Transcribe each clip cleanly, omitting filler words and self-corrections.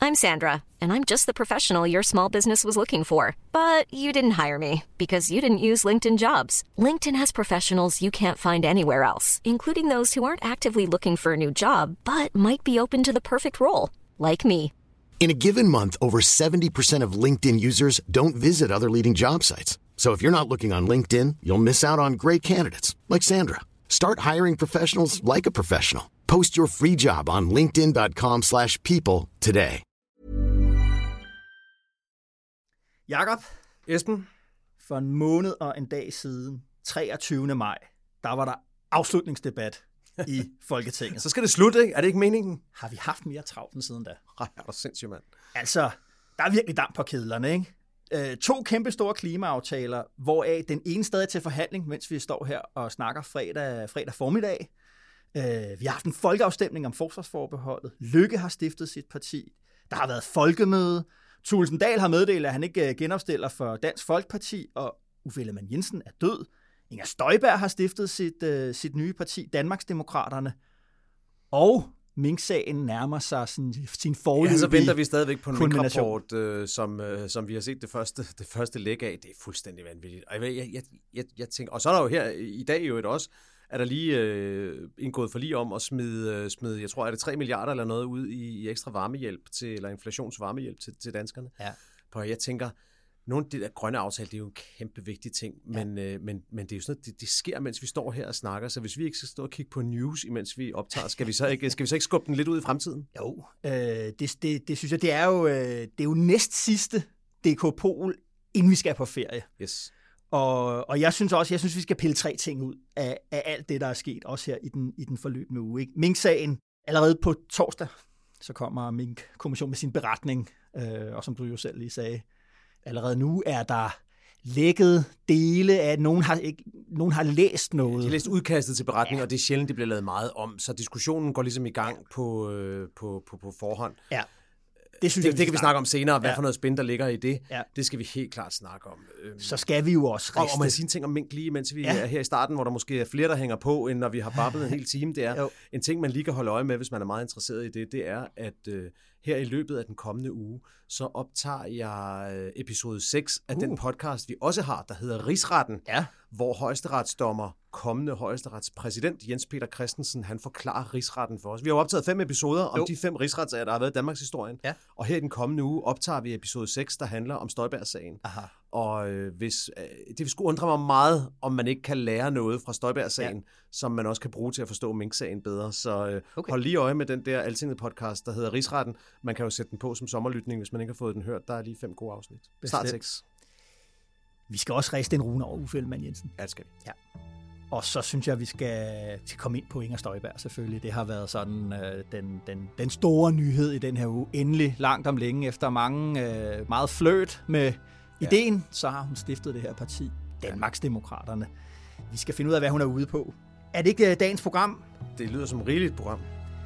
I'm Sandra, and I'm just the professional your small business was looking for. But you didn't hire me because you didn't use LinkedIn Jobs. LinkedIn has professionals you can't find anywhere else, including those who aren't actively looking for a new job, but might be open to the perfect role, like me. In a given month, over 70% of LinkedIn users don't visit other leading job sites. So if you're not looking on LinkedIn, you'll miss out on great candidates like Sandra. Start hiring professionals like a professional. Post your free job on linkedin.com/people today. Jakob, Esben, for en måned og en dag siden, 23. maj, der var der afslutningsdebat i Folketinget. så skal det slutte, ikke? Er det ikke meningen? Har vi haft mere travlt end siden da? Nej, er du sindssygt, mand. Altså, der er virkelig damp på kedlerne, ikke? 2 kæmpe store klimaaftaler, hvoraf den ene stadig til forhandling, mens vi står her og snakker fredag formiddag. Vi har haft en folkeafstemning om forsvarsforbeholdet. Løkke har stiftet sit parti. Der har været folkemøde. Thulesen Dahl har meddelt, at han ikke genopstiller for Dansk Folkeparti, og Uffe Ellemann-Jensen er død. Inger Støjberg har stiftet sit nye parti, Danmarksdemokraterne. Og Mink-sagen nærmer sig sin foreløbige. Ja, så venter vi stadigvæk på en Mink-rapport, som vi har set det første læg af. Det er fuldstændig vanvittigt. Og jeg tænker, og så er der jo her i dag jo også, er der lige indgået forlig om at smide, jeg tror, er det 3 milliarder eller noget ud i ekstra varmehjælp eller inflationsvarmehjælp til danskerne. Ja. Og jeg tænker, nogle af de der grønne aftaler, det er jo en kæmpe vigtig ting, men det er jo sådan, det sker, mens vi står her og snakker, så hvis vi ikke skal stå og kigge på news, imens vi optager, skal vi så ikke skubbe den lidt ud i fremtiden? Jo, det synes jeg, det er jo næst sidste DK-pol, inden vi skal på ferie. Yes. Og jeg synes, vi skal pille 3 ting ud af alt det, der er sket, også her i den forløbende uge. Ikke? Mink-sagen, allerede på torsdag, så kommer Mink-kommissionen med sin beretning, og som du jo selv lige sagde, allerede nu er der lækket dele af, at nogen har læst noget. De har læst udkastet til beretning, og det er sjældent, det bliver lavet meget om, så diskussionen går ligesom i gang på forhånd. Ja. Det kan vi snakke om senere, hvad for noget spændende, der ligger i det. Ja. Det skal vi helt klart snakke om. Så skal vi jo også riste. Og må jeg sige en ting om mink lige, mens vi er her i starten, hvor der måske er flere, der hænger på, end når vi har babblet en hel time. Det er en ting, man lige kan holde øje med, hvis man er meget interesseret i det. Det er, at her i løbet af den kommende uge, så optager jeg episode 6 af den podcast, vi også har, der hedder Rigsretten, hvor højesteretsdommer, kommende højesteretspræsident Jens Peter Christensen, han forklarer Rigsretten for os. Vi har optaget 5 episoder om de 5 rigsretssager, der har været i Danmarks historien. Ja. Og her i den kommende uge optager vi episode 6, der handler om Støjberg-sagen. Aha. Og det skulle undre mig meget, om man ikke kan lære noget fra Støjberg-sagen, som man også kan bruge til at forstå Mink-sagen bedre. Så hold lige øje med den der Altinget podcast, der hedder Rigsretten. Man kan jo sætte den på som sommerlytning, hvis man ikke har fået den hørt. Der er lige 5 gode afsnit. Start 6. Vi skal også rejse den rune over Uffe Ellemann-Jensen. Ja, det skal vi. Ja. Og så synes jeg, vi skal komme ind på Inger Støjberg selvfølgelig. Det har været sådan den store nyhed i den her uge. Endelig, langt om længe, efter mange meget fløjt med ideen, så har hun stiftet det her parti, Danmarksdemokraterne. Vi skal finde ud af, hvad hun er ude på. Er det ikke dagens program? Det lyder som et rigeligt program.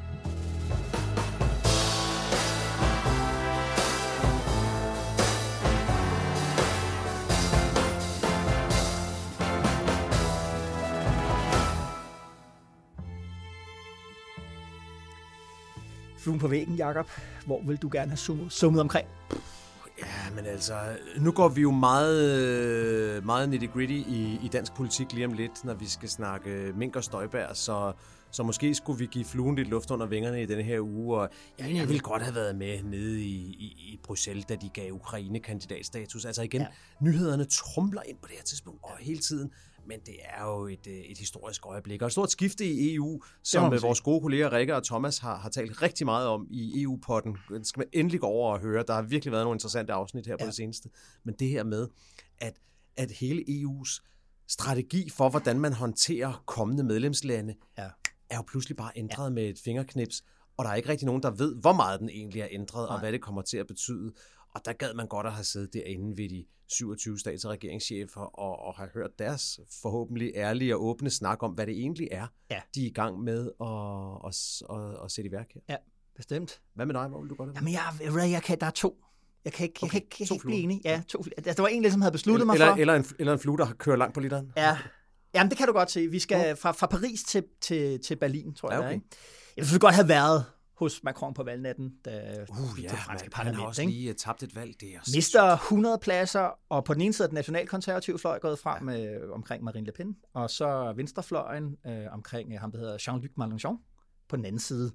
Fluen på væggen, Jakob. Hvor vil du gerne have summet omkring? Ja, men altså, nu går vi jo meget nitty-gritty i dansk politik lige om lidt, når vi skal snakke Mink og Støjberg, så måske skulle vi give fluen lidt luft under vingerne i denne her uge, og jeg ville godt have været med nede i Bruxelles, da de gav Ukraine kandidatstatus. Altså igen, nyhederne trumler ind på det her tidspunkt, og hele tiden. Men det er jo et historisk øjeblik. Og et stort skifte i EU, som vores gode kolleger Rikke og Thomas har talt rigtig meget om i EU-potten. Det skal man endelig gå over og høre. Der har virkelig været nogle interessante afsnit her på det seneste. Men det her med, at hele EU's strategi for, hvordan man håndterer kommende medlemslande, er jo pludselig bare ændret med et fingerknips. Og der er ikke rigtig nogen, der ved, hvor meget den egentlig er ændret, og hvad det kommer til at betyde. Og der gad man godt at have siddet derinde ved de 27 stats- og regeringschefer og have hørt deres forhåbentlig ærlige og åbne snak om, hvad det egentlig er, de er i gang med at sætte i værk her. Ja, bestemt. Hvad med dig? Hvor vil du godt have? Jamen, der er 2. Jeg kan ikke blive enig. Ja, 2. Altså, der var en, som havde besluttet mig for. Eller en flue, der kører langt på literen. Ja. Jamen, det kan du godt se. Vi skal fra Paris til Berlin, tror jeg. Okay. Jeg ville godt have været hos Macron på valgnatten, da det franske parlament. Han har også lige tabt et valg. Det er mister 100 pladser, og på den ene side er den nationalkonservative fløj gået frem omkring Marine Le Pen, og så venstrefløjen omkring ham, der hedder Jean-Luc Mélenchon, på den anden side.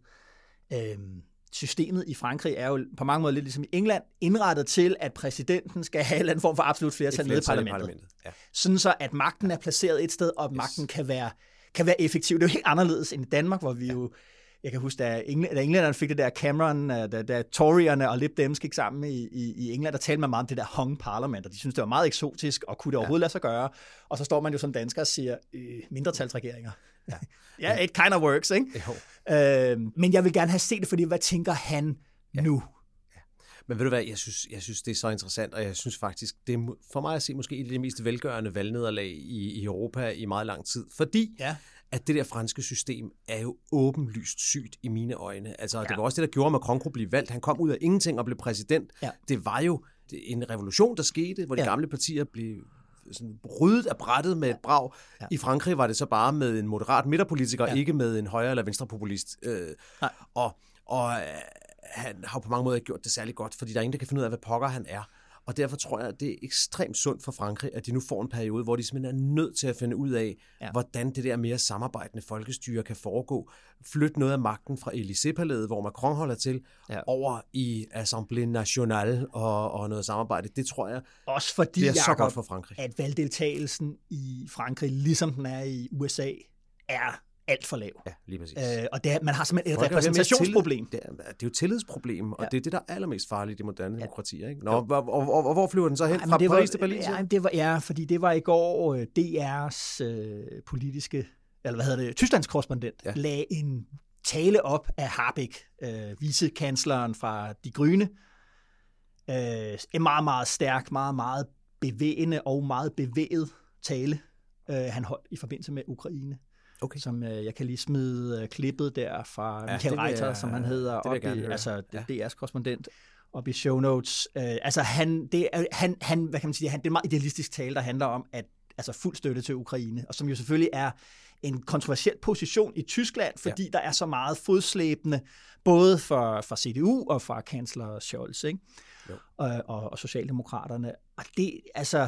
Systemet i Frankrig er jo på mange måder lidt ligesom i England, indrettet til, at præsidenten skal have en eller anden form for absolut flertal nede i parlamentet. Ja. Sådan så, at magten er placeret et sted, og magten kan være effektiv. Det er jo helt anderledes end i Danmark, hvor vi jo, jeg kan huske, da englænderne fik det der Cameron, da Toryerne og Lib Dems gik sammen i England, der talte man meget om det der hung parliament, og de synes det var meget eksotisk, og kunne det overhovedet lade sig gøre. Og så står man jo som dansker og siger, mindretalsregeringer. Ja, it kind of works, ikke? Men jeg vil gerne have set det, fordi hvad tænker han nu? Ja. Men ved du hvad, jeg synes det er så interessant, og jeg synes faktisk, det er for mig at se måske et af de mest velgørende valgnederlag i Europa i meget lang tid, fordi at det der franske system er jo åbenlyst sygt i mine øjne. Altså, det var også det, der gjorde, at Macron kunne blive valgt. Han kom ud af ingenting og blev præsident. Ja. Det var jo en revolution, der skete, hvor de gamle partier blev sådan ryddet af brættet med et brag. Ja. I Frankrig var det så bare med en moderat midterpolitiker, ikke med en højre- eller venstrepopulist. Og han har på mange måder gjort det særlig godt, fordi der er ingen, der kan finde ud af, hvad pokker han er. Og derfor tror jeg, at det er ekstremt sundt for Frankrig, at de nu får en periode, hvor de simpelthen er nødt til at finde ud af, hvordan det der mere samarbejdende folkestyre kan foregå. Flytte noget af magten fra Élysée-palæet, hvor Macron holder til, over i Assemblée Nationale og noget samarbejde. Det tror jeg også fordi, det er så godt for Frankrig. At valgdeltagelsen i Frankrig, ligesom den er i USA, er alt for lav. Ja, lige præcis. Og man har simpelthen et repræsentationsproblem. Det er jo et tillidsproblem, og det er det, der er allermest farligt i moderne demokratier. Ikke? Og hvor flyver den så hen? Fra Paris til Berlin? Fordi det var i går DR's politiske, Tysklands korrespondent, lagde en tale op af Habeck, vicekansleren fra De Grønne. En meget, meget stærk, meget, meget bevægende og meget bevæget tale, han holdt i forbindelse med Ukraine. Okay. Som jeg kan lige smide klippet der fra Michael Reiter, som han hedder, op i, altså DR's korrespondent, op i show notes. Han, hvad kan man sige, det er en meget idealistisk tale, der handler om, at fuld støtte til Ukraine, og som jo selvfølgelig er en kontroversiel position i Tyskland, fordi der er så meget fodslæbende, både fra CDU og fra kansler Scholz, ikke? Og Socialdemokraterne. Og det,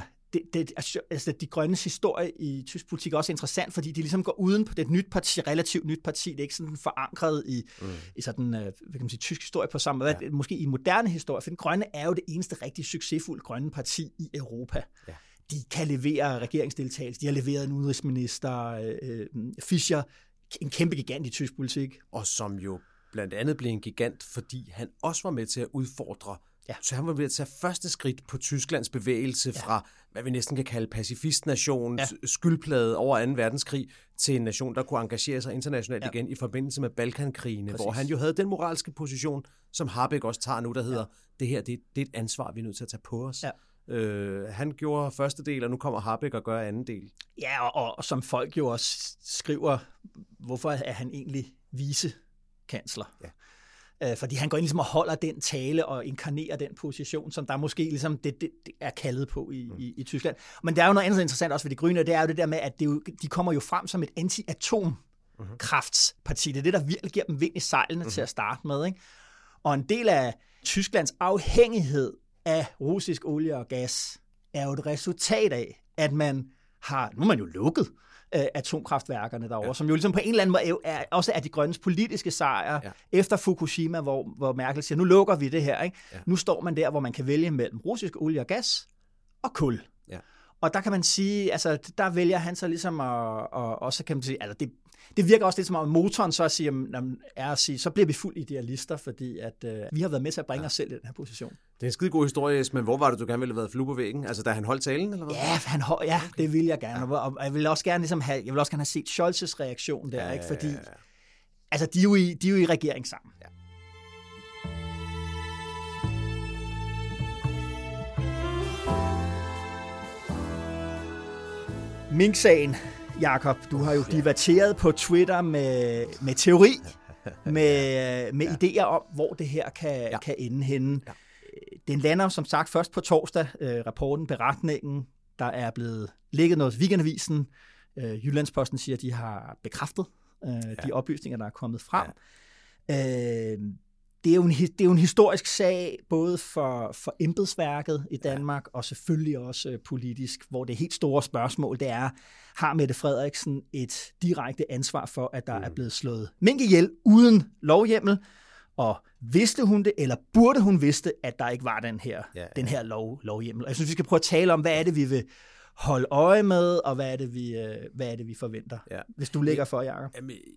de grønnes historie i tysk politik er også interessant, fordi de ligesom går uden på det relativt nyt parti. Det er ikke sådan forankret i sådan, hvad kan man sige, tysk historie på samme måde, måske i moderne historie, for den grønne er jo det eneste rigtig succesfulde grønne parti i Europa. Ja. De kan levere regeringsdeltagelse, de har leveret en udenrigsminister, Fischer, en kæmpe gigant i tysk politik. Og som jo blandt andet blev en gigant, fordi han også var med til at udfordre. Ja. Så han var ved at tage første skridt på Tysklands bevægelse fra, hvad vi næsten kan kalde pacifistnations skyldplade over 2. verdenskrig, til en nation, der kunne engagere sig internationalt igen i forbindelse med Balkankrigene, hvor han jo havde den moralske position, som Habeck også tager nu, der hedder, det her, det er et ansvar, vi er nødt til at tage på os. Ja. Han gjorde første del, og nu kommer Habeck og gør anden del. Ja, og som folk jo også skriver, hvorfor er han egentlig vicekansler? Ja. Fordi han går ind ligesom og holder den tale og inkarnerer den position, som der måske ligesom det er kaldet på i Tyskland. Men der er jo noget andet interessant også ved De Grønne, det er jo det der med, at de kommer jo frem som et anti-atomkraftsparti. Det er det, der virkelig giver dem vind i sejlene til at starte med, ikke? Og en del af Tysklands afhængighed af russisk olie og gas er jo et resultat af, at nu er man jo lukket atomkraftværkerne derovre, som jo ligesom på en eller anden måde også er de grønnes politiske sejre efter Fukushima, hvor Merkel siger, nu lukker vi det her. Ikke? Ja. Nu står man der, hvor man kan vælge mellem russisk olie og gas og kul. Ja. Og der kan man sige, der vælger han så ligesom og så kan man sige, det virker også lidt som om motoren så at sige, så bliver vi fuldt idealister, fordi at vi har været med til at bringe os selv i den her position. Det er en skide god historie, men hvor var det, du gerne ville have været flue på væggen? Altså, da han holdt talen, eller hvad? Ja, det ville jeg gerne. Og jeg vil også gerne ligesom have set Scholz's reaktion der, ikke? Fordi de er jo i regering sammen. Ja. Mink-sagen, Jakob, du har jo diverteret på Twitter med teori, med idéer om, hvor det her kan ende henne. Ja. Den lander som sagt først på torsdag, beretningen, der er blevet ligget noget i Weekendavisen. Jyllandsposten siger, at de har bekræftet de oplysninger, der er kommet frem. Det er jo en historisk sag, både for embedsværket i Danmark, og selvfølgelig også politisk, hvor det helt store spørgsmål, det er, har Mette Frederiksen et direkte ansvar for, at der er blevet slået mink ihjel uden lovhjemmel, og vidste hun det, eller burde hun vidste, at der ikke var den her lovhjemmel? Og jeg synes, vi skal prøve at tale om, hvad er det, vi vil holde øje med, og hvad er det, vi forventer? Ja. Hvis du ligger for, Jacob.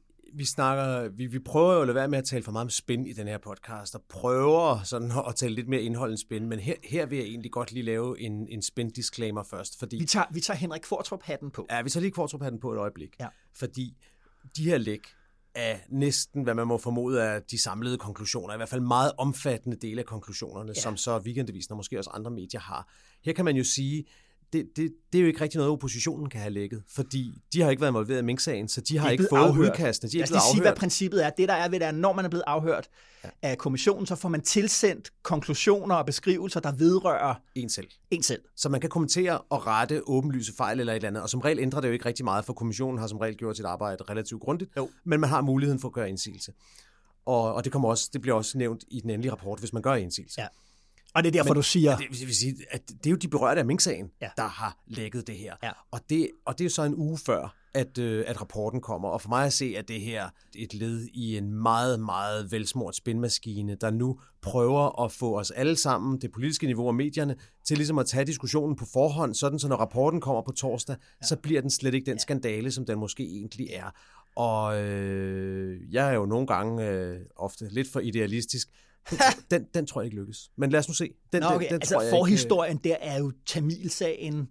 Vi prøver jo at lade være med at tale for meget om spin i den her podcast, og prøver sådan at tale lidt mere indhold end spin, men her vil jeg egentlig godt lige lave en spin-disclaimer først. Fordi vi tager Henrik Qvortrup-hatten på. Ja, vi tager lige Qvortrup-hatten på et øjeblik. Ja. Fordi de her læk af næsten, hvad man må formode af de samlede konklusioner, i hvert fald meget omfattende dele af konklusionerne, som så Weekendavisen og måske også andre medier har. Her kan man jo sige, det er jo ikke rigtig noget, oppositionen kan have lækket, fordi de har ikke været involveret i Mink-sagen, så de har ikke fået udkastene. Lad os lige sige, hvad princippet er. Det, der er ved det, er, når man er blevet afhørt af kommissionen, så får man tilsendt konklusioner og beskrivelser, der vedrører en selv. Så man kan kommentere og rette åbenlyse fejl eller et eller andet, og som regel ændrer det jo ikke rigtig meget, for kommissionen har som regel gjort sit arbejde relativt grundigt, men man har muligheden for at gøre indsigelse. Og det bliver også nævnt i den endelige rapport, hvis man gør indsigelse. Ja. Og det er derfor, du siger... Det vil sige, at det er jo de berørte af Mink-sagen, der har lækket det her. Ja. Og det er jo så en uge før, at rapporten kommer. Og for mig at se, at det her et led i en meget, meget velsmurt spinmaskine, der nu prøver at få os alle sammen, det politiske niveau og medierne, til ligesom at tage diskussionen på forhånd, sådan så når rapporten kommer på torsdag, så bliver den slet ikke den skandale, som den måske egentlig er. Og jeg er jo nogle gange ofte lidt for idealistisk. Den tror jeg ikke lykkes. Men lad os nu se. Den tror jeg forhistorien der er jo Tamilsagen,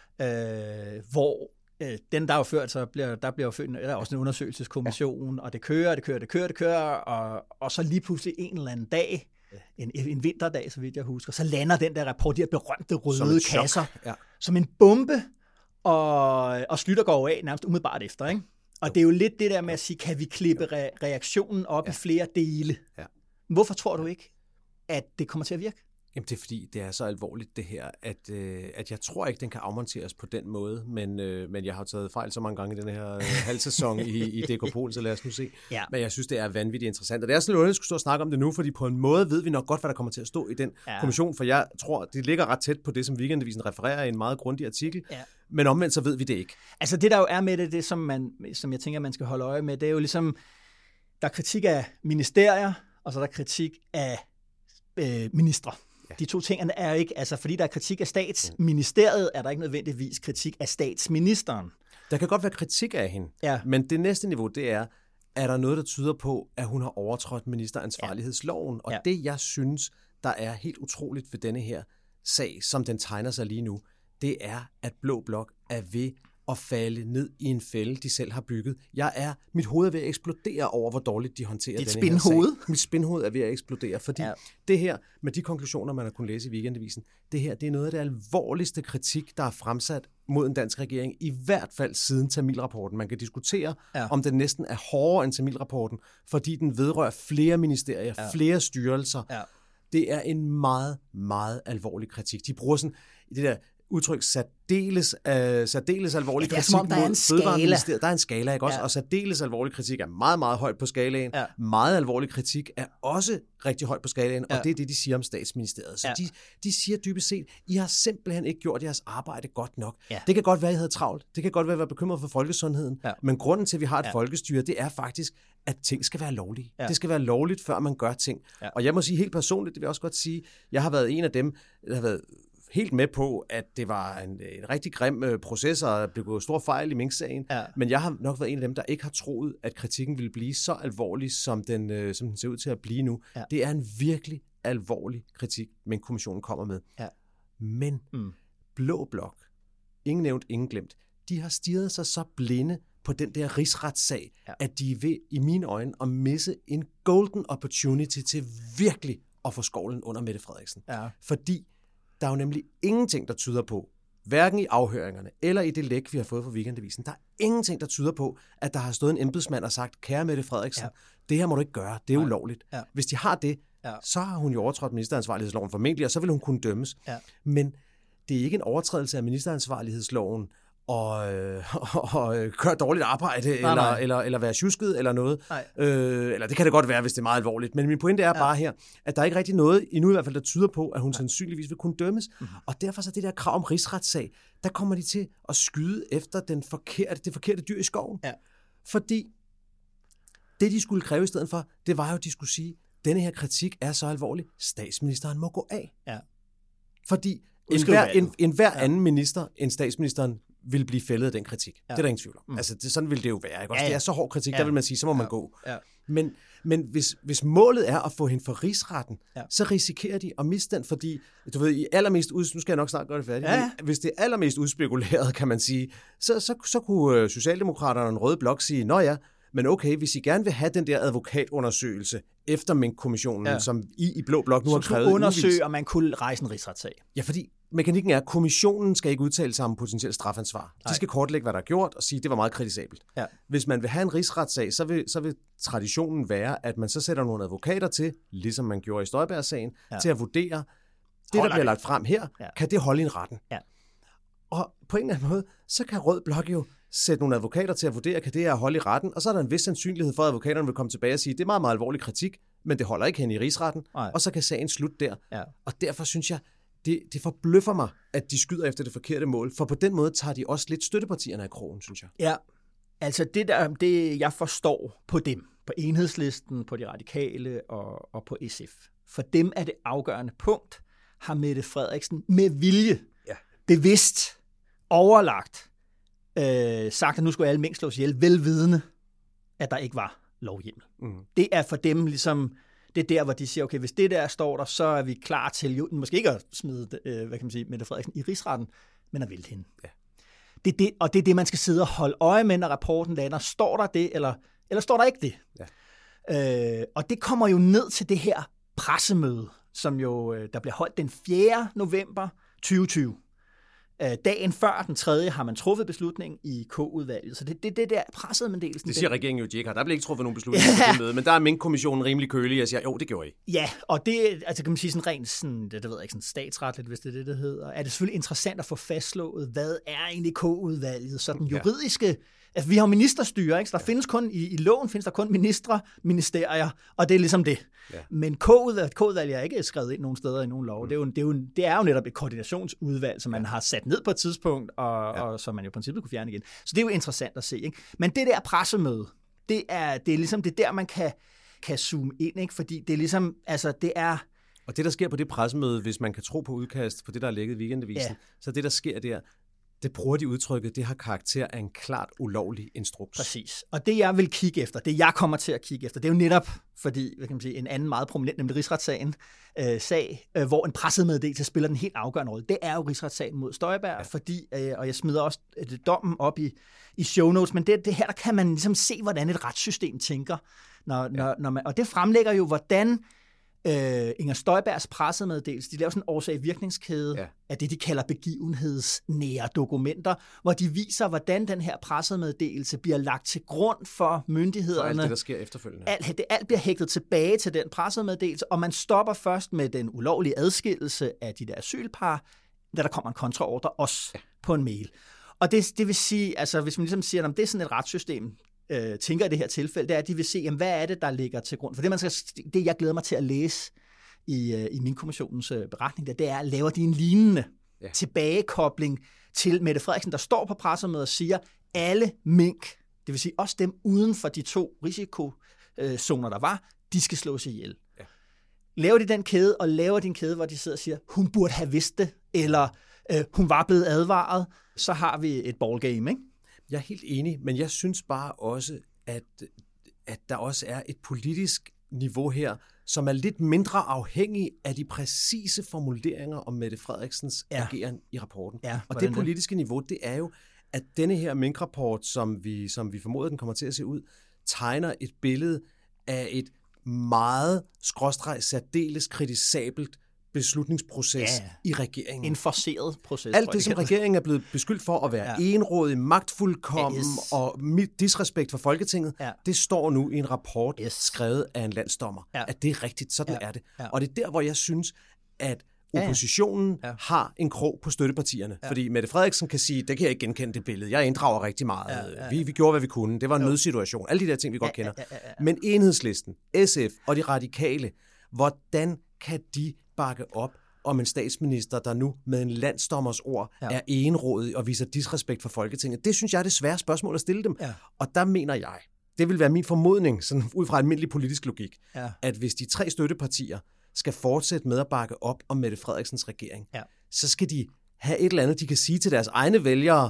hvor den der er jo ført, der bliver jo ført, der er også en undersøgelseskommission, og det kører, og så lige pludselig en eller anden dag, en vinterdag, så vidt jeg husker, så lander den der rapport, de her berømte røde kasser, som en bombe, og Schlüter går af nærmest umiddelbart efter, ikke? Og det er jo lidt det der med at sige, kan vi klippe reaktionen op i flere dele? Ja. Hvorfor tror du ikke, at det kommer til at virke? Jamen det er fordi, det er så alvorligt det her, at jeg tror ikke, den kan afmonteres på den måde, men jeg har taget fejl så mange gange i den her halvsæson i DK Pol, så lad os nu se. Ja. Men jeg synes, det er vanvittigt interessant. Og det er sådan noget, jeg skulle stå og snakke om det nu, fordi på en måde ved vi nok godt, hvad der kommer til at stå i den kommission, for jeg tror, det ligger ret tæt på det, som Weekendavisen refererer i en meget grundig artikel, men omvendt så ved vi det ikke. Altså det, der jo er med det som jeg tænker, man skal holde øje med, det er jo ligesom, der er kritik af ministerier, og så er der kritik af ministre. Ja. De to ting er ikke, altså fordi der er kritik af statsministeriet, er der ikke nødvendigvis kritik af statsministeren. Der kan godt være kritik af hende, men det næste niveau, det er der noget, der tyder på, at hun har overtrådt ministeransvarlighedsloven? Og det, jeg synes, der er helt utroligt ved denne her sag, som den tegner sig lige nu, det er, at Blå Blok er ved at falde ned i en fælde, de selv har bygget. Mit hoved er ved at eksplodere over, hvor dårligt de håndterer denne her sag. Mit spinhoved er ved at eksplodere, fordi det her, med de konklusioner, man har kunnet læse i Weekendavisen, det her, det er noget af det alvorligste kritik, der er fremsat mod en dansk regering, i hvert fald siden Tamilrapporten. Man kan diskutere, om den næsten er hårdere end Tamilrapporten, fordi den vedrører flere ministerier, flere styrelser. Ja. Det er en meget, meget alvorlig kritik. De bruger sådan det der udtryk særdeles alvorlig kritik som om, der er en skala. Der er en skala, ikke også? Og særdeles alvorlig kritik er meget, meget højt på skalaen. Ja. Meget alvorlig kritik er også rigtig højt på skalaen, og det er det, de siger om statsministeriet. Så de siger dybest set, I har simpelthen ikke gjort jeres arbejde godt nok. Ja. Det kan godt være, I havde travlt. Det kan godt være, at I var bekymret for folkesundheden. Ja. Men grunden til, at vi har et folkestyre, det er faktisk, at ting skal være lovlige. Ja. Det skal være lovligt, før man gør ting. Ja. Og jeg må sige helt personligt, det vil jeg også godt sige, jeg har været en af dem, der har været helt med på, at det var en rigtig grim proces, og der blev gået stor fejl i Mink-sagen. Ja. Men jeg har nok været en af dem, der ikke har troet, at kritikken ville blive så alvorlig, som den ser ud til at blive nu. Ja. Det er en virkelig alvorlig kritik, Mink-kommissionen kommer med. Ja. Men Blå Blok, ingen nævnt, ingen glemt, de har stirret sig så blinde på den der rigsretssag, at de er ved, i mine øjne, at misse en golden opportunity til virkelig at få skovlen under Mette Frederiksen. Ja. Fordi der er jo nemlig ingenting, der tyder på, hverken i afhøringerne eller i det læk, vi har fået fra Weekendavisen, der er ingenting, der tyder på, at der har stået en embedsmand og sagt, kære Mette Frederiksen, det her må du ikke gøre, det er ulovligt. Ja. Hvis de har det, så har hun jo overtrådt ministeransvarlighedsloven formentlig, og så vil hun kunne dømmes. Ja. Men det er ikke en overtrædelse af ministeransvarlighedsloven gøre dårligt arbejde, eller være tjusket, eller noget. Eller det kan det godt være, hvis det er meget alvorligt. Men min pointe er bare her, at der er ikke rigtig noget, endnu i hvert fald, der tyder på, at hun sandsynligvis vil kunne dømmes. Og derfor så det der krav om rigsretssag, der kommer de til at skyde efter det forkerte dyr i skoven. Ja. Fordi det, de skulle kræve i stedet for, det var jo, at de skulle sige, denne her kritik er så alvorlig, statsministeren må gå af. Ja. Fordi enhver anden minister end statsministeren vil blive fældet af den kritik. Ja. Det er der ingen tvivl om. Altså, sådan vil det jo være. Ikke? Også, det er så hård kritik, der vil man sige, så må man gå. Ja. Men hvis målet er at få hende for rigsretten, så risikerer de at miste den, fordi, du ved, nu skal jeg nok snart gøre det færdigt, men hvis det er allermest udspekuleret, kan man sige, så kunne Socialdemokraterne og en røde blok sige, nå ja, men okay, hvis I gerne vil have den der advokatundersøgelse efter Mink-kommissionen, som I Blå Blok nu har krævet undersøge, om man kunne rejse en rigsretssag. Ja, fordi mekanikken er, at kommissionen skal ikke udtale sig om potentielt strafansvar. De skal kortlægge, hvad der er gjort, og sige, at det var meget kritisabelt. Ja. Hvis man vil have en rigsretssag, så vil traditionen være, at man så sætter nogle advokater til, ligesom man gjorde i Støjberg-sagen, til at vurdere, det der bliver lagt frem her, kan det holde i en retten? Ja. Og på en eller anden måde, så kan Rød Blok jo sætte nogle advokater til at vurdere, kan det her holde i retten, og så er der en vis sandsynlighed for, at advokaterne vil komme tilbage og sige, det er meget, meget alvorlig kritik, men det holder ikke hen i rigsretten, og så kan sagen slutte der. Ja. Og derfor synes jeg, det forbløffer mig, at de skyder efter det forkerte mål, for på den måde tager de også lidt støttepartierne af krogen, synes jeg. Ja, altså det jeg forstår på dem, på Enhedslisten, på de radikale og på SF, for dem er det afgørende punkt, har Mette Frederiksen med vilje, bevidst, overlagt, sagt, at nu skulle alle mink slås ihjel, velvidende, at der ikke var lovhjemmel. Det er for dem ligesom, det er der, hvor de siger, okay, hvis det der står der, så er vi klar til, jo, måske ikke at smide, Mette Frederiksen i rigsretten, men at vælte hende. Ja. Det er det, man skal sidde og holde øje med, når rapporten lander. Står der det, eller står der ikke det? Ja. Og det kommer jo ned til det her pressemøde, som jo, der bliver holdt den 4. november 2020. Dagen før den 3. har man truffet beslutningen i K-udvalget. Så det der pressemeddelelsen. Det siger regeringen jo, de ikke har. Der bliver ikke truffet nogen beslutning på det møde, men der er Mink-kommissionen rimelig kølig og siger, jo, det gjorde I. Ja, og det altså kan man sige sådan rent sådan, det ved jeg ikke, sådan statsretligt, hvis det er det hedder. Er det selvfølgelig interessant at få fastslået, hvad er egentlig K-udvalget? Så den juridiske, altså vi har ministerstyre, ikke? Så der findes kun, i loven findes der kun ministerier, og det er ligesom det. Ja. Men K-udvalget er ikke skrevet ind nogen steder i nogen lov. Det er jo netop et koordinationsudvalg, som man har sat ned på et tidspunkt, og som man jo i princippet kunne fjerne igen. Så det er jo interessant at se. Ikke? Men det der pressemøde, det er ligesom det der, man kan zoome ind, ikke? Fordi det er ligesom, altså det er... Og det, der sker på det pressemøde, hvis man kan tro på udkast, på det, der er lægget i Weekendavisen, så det, der sker der, det bruger de udtrykket, det har karakter af en klart ulovlig instruks. Præcis. Og det, jeg vil kigge efter, det jeg kommer til at kigge efter, det er jo netop, fordi hvad kan man sige, en anden meget prominent, nemlig rigsretssagen, hvor en pressemeddelelse spiller den helt afgørende rolle. Det er jo rigsretssagen mod Støjberg, fordi, og jeg smider også dommen op i show notes, men det her, der kan man ligesom se, hvordan et retssystem tænker. Når man, og det fremlægger jo, hvordan Inger Støjbergs pressemeddelelse, de laver sådan en årsag-virkningskæde af det, de kalder begivenhedsnære dokumenter, hvor de viser, hvordan den her pressemeddelelse bliver lagt til grund for myndighederne. For alt det, der sker efterfølgende. Alt bliver hægtet tilbage til den pressemeddelelse, og man stopper først med den ulovlige adskillelse af de der asylpar, da der kommer en kontraordre også på en mail. Og det vil sige, altså hvis man ligesom siger, at det er sådan et retssystem, tænker i det her tilfælde, det er, at de vil se, jamen, hvad er det, der ligger til grund. For det jeg glæder mig til at læse i Mink-kommissionens beretning, det er, at laver de en lignende tilbagekobling til Mette Frederiksen, der står på pressemødet og siger, alle mink, det vil sige også dem uden for de 2 risikozoner, der var, de skal slås ihjel. Ja. Laver de den kæde, og laver de en kæde, hvor de sidder og siger, hun burde have vidst det, eller hun var blevet advaret, så har vi et ballgame, ikke? Jeg er helt enig, men jeg synes bare også, at der også er et politisk niveau her, som er lidt mindre afhængig af de præcise formuleringer om Mette Frederiksens ageren i rapporten. Ja, og det politiske niveau, det er jo, at denne her Mink-rapport, som vi formoder, den kommer til at se ud, tegner et billede af et meget særdeles kritisabelt beslutningsproces i regeringen. En forceret proces. Alt det, som regeringen er blevet beskyldt for at være enrådig, magtfuldkommen og disrespekt for Folketinget, det står nu i en rapport skrevet af en landsdommer. At det er rigtigt, sådan er det. Og det er der, hvor jeg synes, at oppositionen har en krog på støttepartierne. Ja. Fordi Mette Frederiksen kan sige, det kan jeg ikke genkende det billede. Jeg inddrager rigtig meget. Vi gjorde, hvad vi kunne. Det var en nødsituation. Alle de der ting, vi godt kender. Men Enhedslisten, SF og de radikale, hvordan kan de bakke op om en statsminister, der nu med en landsdommers ord er egenrådig og viser disrespekt for Folketinget? Det synes jeg er det svære spørgsmål at stille dem. Ja. Og der mener jeg, det vil være min formodning, sådan ud fra almindelig politisk logik, at hvis de 3 støttepartier skal fortsætte med at bakke op om Mette Frederiksens regering, så skal de have et eller andet, de kan sige til deres egne vælgere,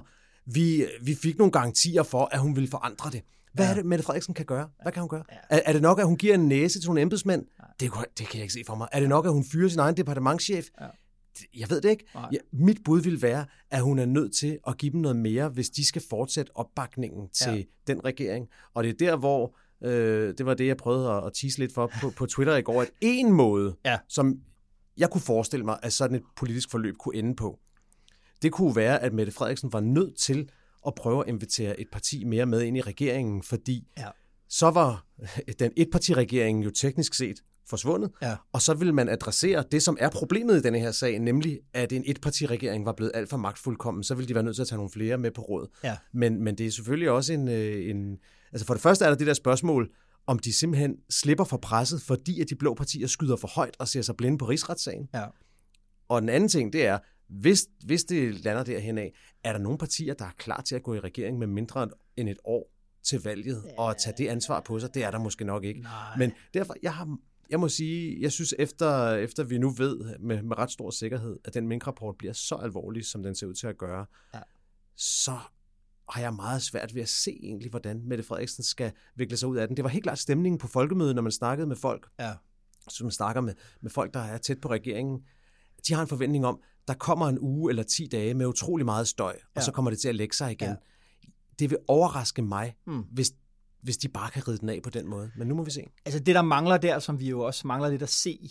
vi fik nogle garantier for, at hun ville forandre det. Hvad er det, Mette Frederiksen kan gøre? Hvad kan hun gøre? Er det nok, at hun giver en næse til nogle embedsmænd? Det kan jeg ikke se for mig. Er det nok, at hun fyrer sin egen departementschef? Jeg ved det ikke. Mit bud vil være, at hun er nødt til at give dem noget mere, hvis de skal fortsætte opbakningen til den regering. Og det er der, hvor det var det, jeg prøvede at tease lidt for på Twitter i går, at en måde, som jeg kunne forestille mig, at sådan et politisk forløb kunne ende på, det kunne være, at Mette Frederiksen var nødt til at prøve at invitere et parti mere med ind i regeringen, fordi så var den etpartiregeringen jo teknisk set forsvundet, og så ville man adressere det, som er problemet i denne her sag, nemlig at en etpartiregering var blevet alt for magtfuldkommen, så ville de være nødt til at tage nogle flere med på råd. Ja. Men det er selvfølgelig også altså for det første er der det der spørgsmål, om de simpelthen slipper for presset, fordi at de blå partier skyder for højt og ser sig blinde på rigsretssagen. Ja. Og den anden ting, det er, hvis det lander derhen af, er der nogle partier, der er klar til at gå i regering med mindre end et år til valget, og tage det ansvar på sig? Det er der måske nok ikke. Nej. Men derfor, jeg må sige, jeg synes, efter vi nu ved med ret stor sikkerhed, at den minkrapport bliver så alvorlig, som den ser ud til at gøre, så har jeg meget svært ved at se egentlig, hvordan Mette Frederiksen skal vikle sig ud af den. Det var helt klart stemningen på folkemødet, når man snakkede med folk, så man snakker med folk, der er tæt på regeringen. De har en forventning om, der kommer en uge eller 10 dage med utrolig meget støj, og så kommer det til at lægge sig igen. Ja. Det vil overraske mig, hvis de bare kan ride den af på den måde. Men nu må vi se. Altså det, der mangler der, som vi jo også mangler lidt at se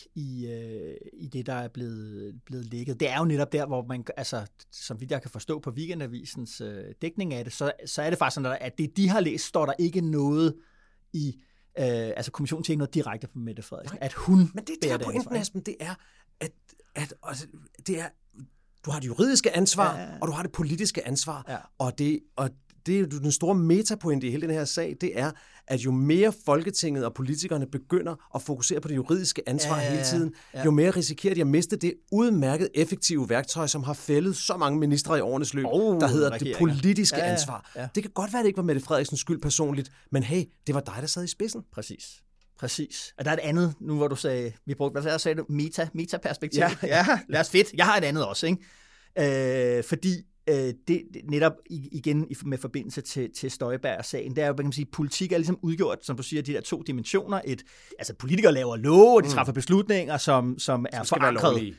i det, der er blevet lækket, det er jo netop der, hvor man, altså, som vidt jeg kan forstå på Weekendavisens dækning af det, så er det faktisk sådan, at det, de har læst, står der ikke noget i, altså kommissionen til ikke noget direkte på Mette Frederiksen. At hun men det der pointen, Esben, det er, at det er, du har det juridiske ansvar, og du har det politiske ansvar, og det er jo den store metapointe i hele den her sag, det er, at jo mere Folketinget og politikerne begynder at fokusere på det juridiske ansvar hele tiden, jo mere risikerer de at miste det udmærket effektive værktøj, som har fældet så mange ministre i årenes løb, der hedder det politiske ansvar. Ja. Det kan godt være, det ikke var Mette Frederiksens skyld personligt, men hey, det var dig, der sad i spidsen. Præcis. Og der er et andet, nu hvor du sagde, hvad sagde du? Metaperspektiv. Ja, lad os fedt. Jeg har et andet også, ikke? Fordi det netop igen med forbindelse til Støjberg-sagen, det er jo, man kan sige, politik er ligesom udgjort, som du siger, de der 2 dimensioner. Altså politikere laver love, og de træffer beslutninger, som er forankret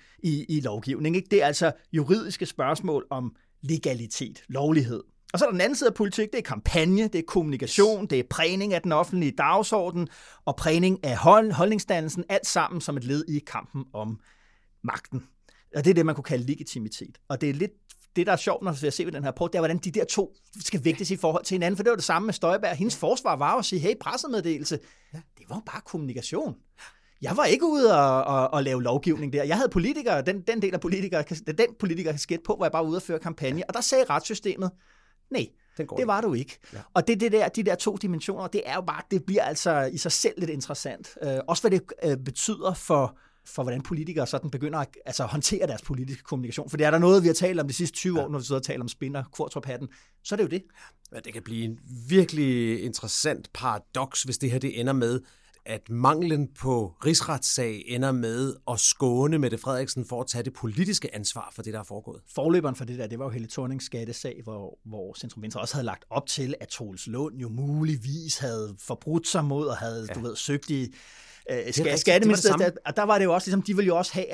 i lovgivning. Ikke? Det er altså juridiske spørgsmål om legalitet, lovlighed. Og så er der den anden side af politik, det er kampagne, det er kommunikation, det er prægning af den offentlige dagsorden, og prægning af holdningsdannelsen, alt sammen som et led i kampen om magten. Og det er det, man kunne kalde legitimitet. Og det er lidt det, der er sjovt, når jeg ser ved den her rapport, det er, hvordan de der 2 skal vægtes i forhold til hinanden. For det var det samme med Støjberg. Hendes forsvar var at sige, hey, pressemeddelelse, det var bare kommunikation. Jeg var ikke ude og lave lovgivning der. Jeg havde politikere, den del af politikere, den politiker kan skætte på, hvor jeg bare var ude og føre kampagne. Og der sagde retssystemet, nej, det var du ikke. Ja. Og de der 2 dimensioner, det er jo bare, det bliver altså i sig selv lidt interessant. Også hvad det betyder for hvordan politikere sådan begynder at håndtere deres politiske kommunikation. For det er der noget, vi har talt om de sidste 20 år, når vi sidder og taler om Spindler, Kvartrup-hatten. Så er det jo det. Ja, det kan blive en virkelig interessant paradoks, hvis det her det ender med, at manglen på rigsretssag ender med at skåne Mette Frederiksen for at tage det politiske ansvar for det, der er foregået. Forløberen for det var jo Helle Thornings skattesag, hvor Centrum Venstre også havde lagt op til, at Troels Lund jo muligvis havde forbrudt sig mod og havde, søgt i skatteministeriet. Og der var det jo også, ligesom, de ville jo også have,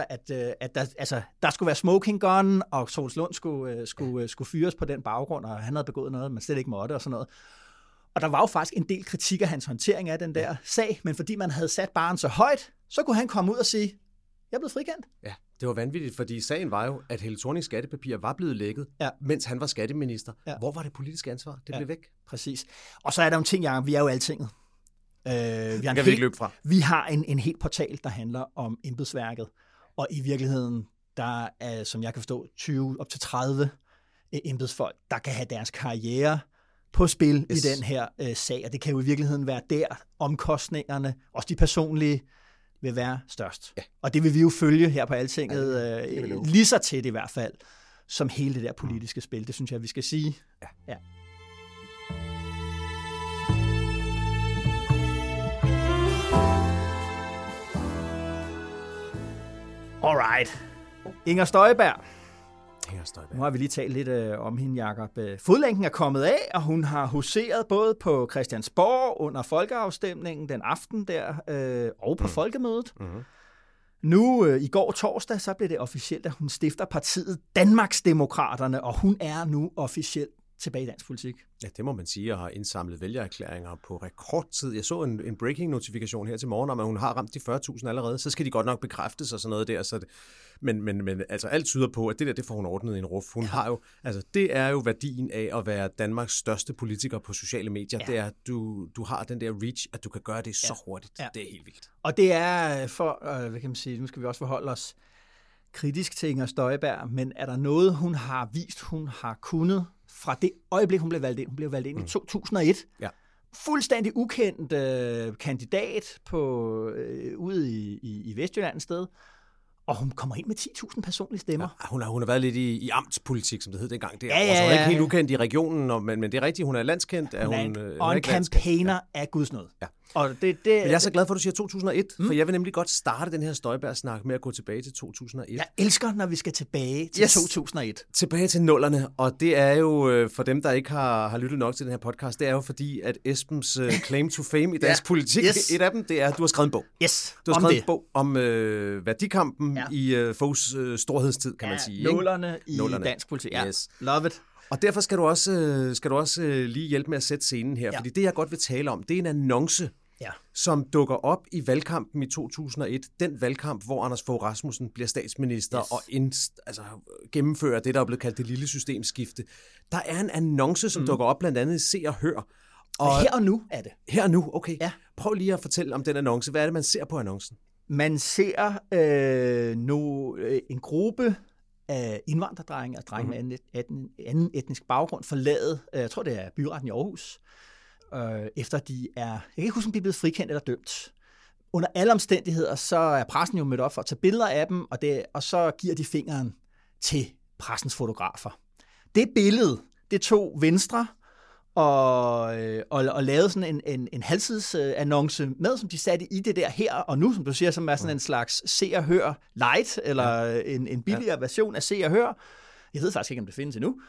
at der skulle være smoking gun, og Troels Lund skulle fyres på den baggrund, og han havde begået noget, man slet ikke måtte og sådan noget. Og der var jo faktisk en del kritik af hans håndtering af den der sag, men fordi man havde sat barren så højt, så kunne han komme ud og sige, jeg er blevet frikendt. Ja, det var vanvittigt, fordi sagen var jo, at Helle Thornings skattepapirer var blevet lækket, mens han var skatteminister. Ja. Hvor var det politiske ansvar? Det blev væk. Præcis. Og så er der jo en ting, Jacob, vi er jo altinget. Vi ikke løbe fra. Vi har en helt portal, der handler om embedsværket. Og i virkeligheden, der er, som jeg kan forstå, 20 op til 30 embedsfolk, der kan have deres karriere på spil i den her sag. Og det kan jo i virkeligheden være der, omkostningerne, også de personlige, vil være størst. Ja. Og det vil vi jo følge her på Altinget, lige så tæt i hvert fald, som hele det der politiske spil. Det synes jeg, vi skal sige. Ja. Alright. Inger Støjberg. Nu har vi lige talt lidt om hende, Jacob. Fodlænken er kommet af, og hun har huseret både på Christiansborg under folkeafstemningen den aften der, og på folkemødet. Mm-hmm. Nu i går torsdag, så blev det officielt, at hun stifter partiet Danmarksdemokraterne, og hun er nu officielt tilbage i dansk politik. Ja, det må man sige, og har indsamlet vælgererklæringer på rekordtid. Jeg så en breaking-notifikation her til morgen, om at hun har ramt de 40.000 allerede. Så skal de godt nok bekræftes og sådan noget der. Så det, men altså alt tyder på, at det får hun ordnet i en ruf. Hun har jo, altså det er jo værdien af at være Danmarks største politiker på sociale medier. Det er, at du har den der reach, at du kan gøre det så hurtigt. Det er helt vildt. Og det er for, hvad kan man sige, nu skal vi også forholde os kritisk til Inger Støjberg, men er der noget, hun har vist, hun har kunnet fra det øjeblik, hun blev valgt ind? Hun blev valgt ind i 2001. Ja. Fuldstændig ukendt kandidat ude i Vestjylland et sted. Og hun kommer ind med 10.000 personlige stemmer. Ja, hun har været lidt i amtspolitik, som det hed dengang. Det er hun er ikke helt ukendt i regionen, men det er rigtigt, hun er landskendt. Og en campaigner af Guds nåde. Ja. Og men jeg er så glad for, at du siger 2001, for jeg vil nemlig godt starte den her Støjberg-snak med at gå tilbage til 2001. Jeg elsker, når vi skal tilbage til 2001. Tilbage til nullerne, og det er jo, for dem, der ikke har lyttet nok til den her podcast, det er jo fordi, at Esbens claim to fame i dansk politik, et af dem, det er, at du har skrevet en bog. Du har skrevet en bog om værdikampen i Foghs storhedstid, kan man sige. Nullerne i dansk politik. Ja. Yes. Love it. Og derfor skal du også lige hjælpe med at sætte scenen her, fordi det, jeg godt vil tale om, det er en annonce, som dukker op i valgkampen i 2001. Den valgkamp, hvor Anders Fogh Rasmussen bliver statsminister og gennemfører det, der er blevet kaldt det lille systemskifte. Der er en annonce, som dukker op blandt andet i Se og Hør. Og her og nu er det. Her og nu, okay. Ja. Prøv lige at fortælle om den annonce. Hvad er det, man ser på annoncen? Man ser nu en gruppe af indvandrerdrenge og drenge med anden etnisk baggrund forlade, jeg tror det er byretten i Aarhus, efter de er, jeg kan ikke huske, om de er blevet frikendt eller dømt. Under alle omstændigheder, så er pressen jo mødt op for at tage billeder af dem, og så giver de fingeren til pressens fotografer. Det billede, det tog Venstre og lavede sådan en halvsidsannonce med, som de satte i det der her og nu, som du siger, som er sådan en slags Se og Hør light, eller en billigere version af Se og Hør. Jeg ved faktisk ikke, om det findes endnu.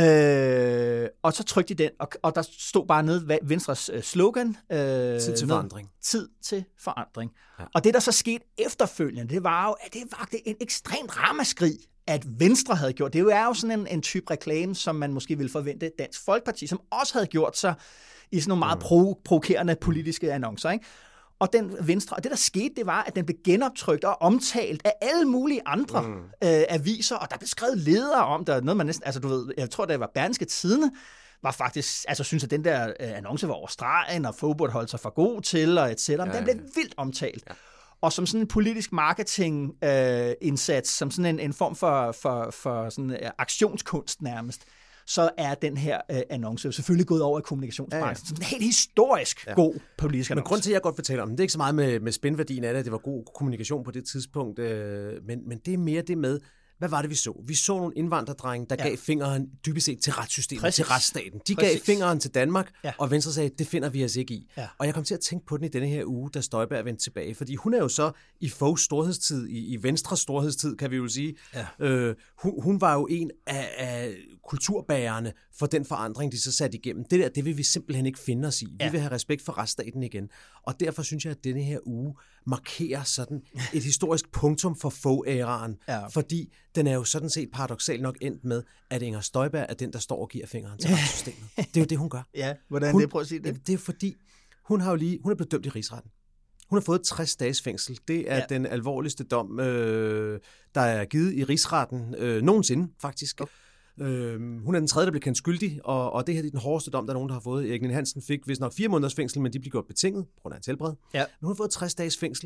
Og så trykte de den, og der stod bare nede Venstres slogan. Tid til forandring. Tid til forandring. Ja. Og det, der så skete efterfølgende, det var jo, at det var en ekstremt ramaskrig, at Venstre havde gjort. Det er jo sådan en type reklame, som man måske ville forvente Dansk Folkeparti, som også havde gjort sig i sådan nogle meget provokerende politiske annoncer, ikke? Og den Venstre, og det der skete, det var, at den blev genoptrykt og omtalt af alle mulige andre aviser, og der blev skrevet ledere om der noget man næsten, altså du ved, jeg tror det var Berlingske Tidende, var faktisk, altså synes at den der annonce var over stregen, og Fogh burde holde sig for god til, og et cetera, men den blev vildt omtalt. Ja. Og som sådan en politisk marketing indsats, som sådan en form for sådan aktionskunst nærmest, så er den her annonce selvfølgelig gået over i kommunikationsbranchen som en helt historisk god politisk annonce. Men grund til, at jeg godt vil tale om det er ikke så meget med spændværdien af det, at det var god kommunikation på det tidspunkt, men det er mere det med, hvad var det, vi så? Vi så nogle indvandrerdrenge, der gav fingeren dybest set til retssystemet, til retsstaten. De gav fingeren til Danmark, og Venstre sagde, det finder vi os ikke i. Ja. Og jeg kom til at tænke på den i denne her uge, da Støjberg vendte tilbage, fordi hun er jo så i Foghs storhedstid, i Venstres storhedstid, kan vi jo sige. Ja. Hun var jo en af kulturbærerne for den forandring, de så satte igennem. Det vil vi simpelthen ikke finde os i. Vi vil have respekt for retsstaten igen. Og derfor synes jeg, at denne her uge markerer sådan et historisk punktum for Fogh-æraen, fordi den er jo sådan set paradoksalt nok endt med, at Inger Støjberg er den, der står og giver fingeren til retssystemet. Det er jo det, hun gør. Ja, hvordan det? Prøv at sige det. Det er fordi, hun er blevet dømt i rigsretten. Hun har fået 60 dages fængsel. Det er den alvorligste dom, der er givet i rigsretten nogensinde, faktisk. Okay. Hun er den tredje, der blev kendt skyldig, og det her er den hårdeste dom, der er nogen, der har fået. Erik Ninn-Hansen fik vist nok 4 måneders fængsel, men de blev gjort betinget på grund af hans helbred. Ja. Men hun har fået 60 dages fængsel.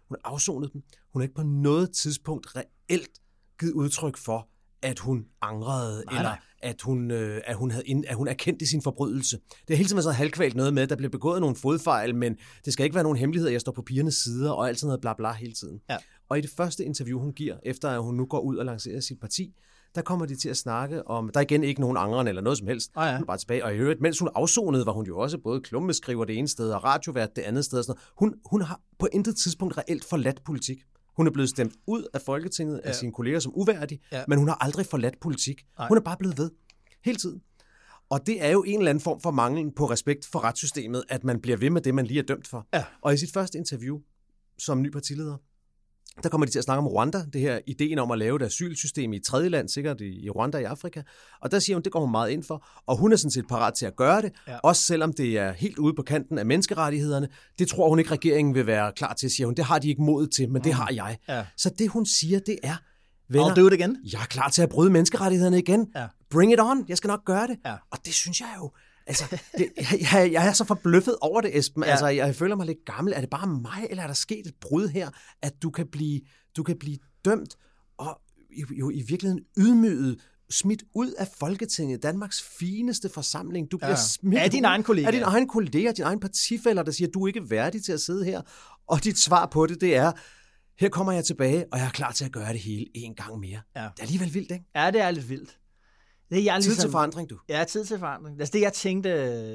Hun har afsonet dem. Hun har ikke på noget tidspunkt reelt givet udtryk for, at hun angrede, eller at hun erkendte sin forbrydelse. Det har hele tiden været så halvkvalt noget med, at der blev begået nogle fodfejl, men det skal ikke være nogen hemmelighed, at jeg står på pigernes sider, og alt sådan noget bla bla hele tiden. Ja. Og i det første interview, hun giver, efter at hun nu går ud og lancerer sit parti, der kommer de til at snakke om, der er igen ikke nogen angren eller noget som helst. Hun er bare tilbage. Og i øvrigt, mens hun afsonede, var hun jo også både klummeskriver det ene sted, og radiovært det andet sted. Og sådan noget. Hun har på intet tidspunkt reelt forladt politik. Hun er blevet stemt ud af Folketinget af sine kolleger som uværdig, men hun har aldrig forladt politik. Hun er bare blevet ved. Hele tiden. Og det er jo en eller anden form for mangel på respekt for retssystemet, at man bliver ved med det, man lige er dømt for. Ja. Og i sit første interview som ny partileder, der kommer de til at snakke om Rwanda, det her ideen om at lave et asylsystem i et tredje land, sikkert i Rwanda i Afrika. Og der siger hun, det går hun meget ind for, og hun er sådan set parat til at gøre det, også selvom det er helt ude på kanten af menneskerettighederne. Det tror hun ikke, regeringen vil være klar til, siger hun. Det har de ikke mod til, men det har jeg. Ja. Så det hun siger, det er, venner, do it again. Jeg er klar til at bryde menneskerettighederne igen. Ja. Bring it on, jeg skal nok gøre det. Ja. Og det synes jeg jo, altså, jeg er så forbløffet over det, Esben. Ja. Altså, jeg føler mig lidt gammel. Er det bare mig, eller er der sket et brud her, at du kan blive dømt og jo i virkeligheden ydmyget, smidt ud af Folketinget, Danmarks fineste forsamling. Du bliver smidt af din egen kollega. Af din egen kollega, din egen partifæller, der siger, du er ikke værdig til at sidde her. Og dit svar på det er, her kommer jeg tilbage, og jeg er klar til at gøre det hele en gang mere. Ja. Det er alligevel vildt, ikke? Ja, det er lidt vildt. Det er tid til forandring, du. Ja, tid til forandring. Altså det, jeg tænkte,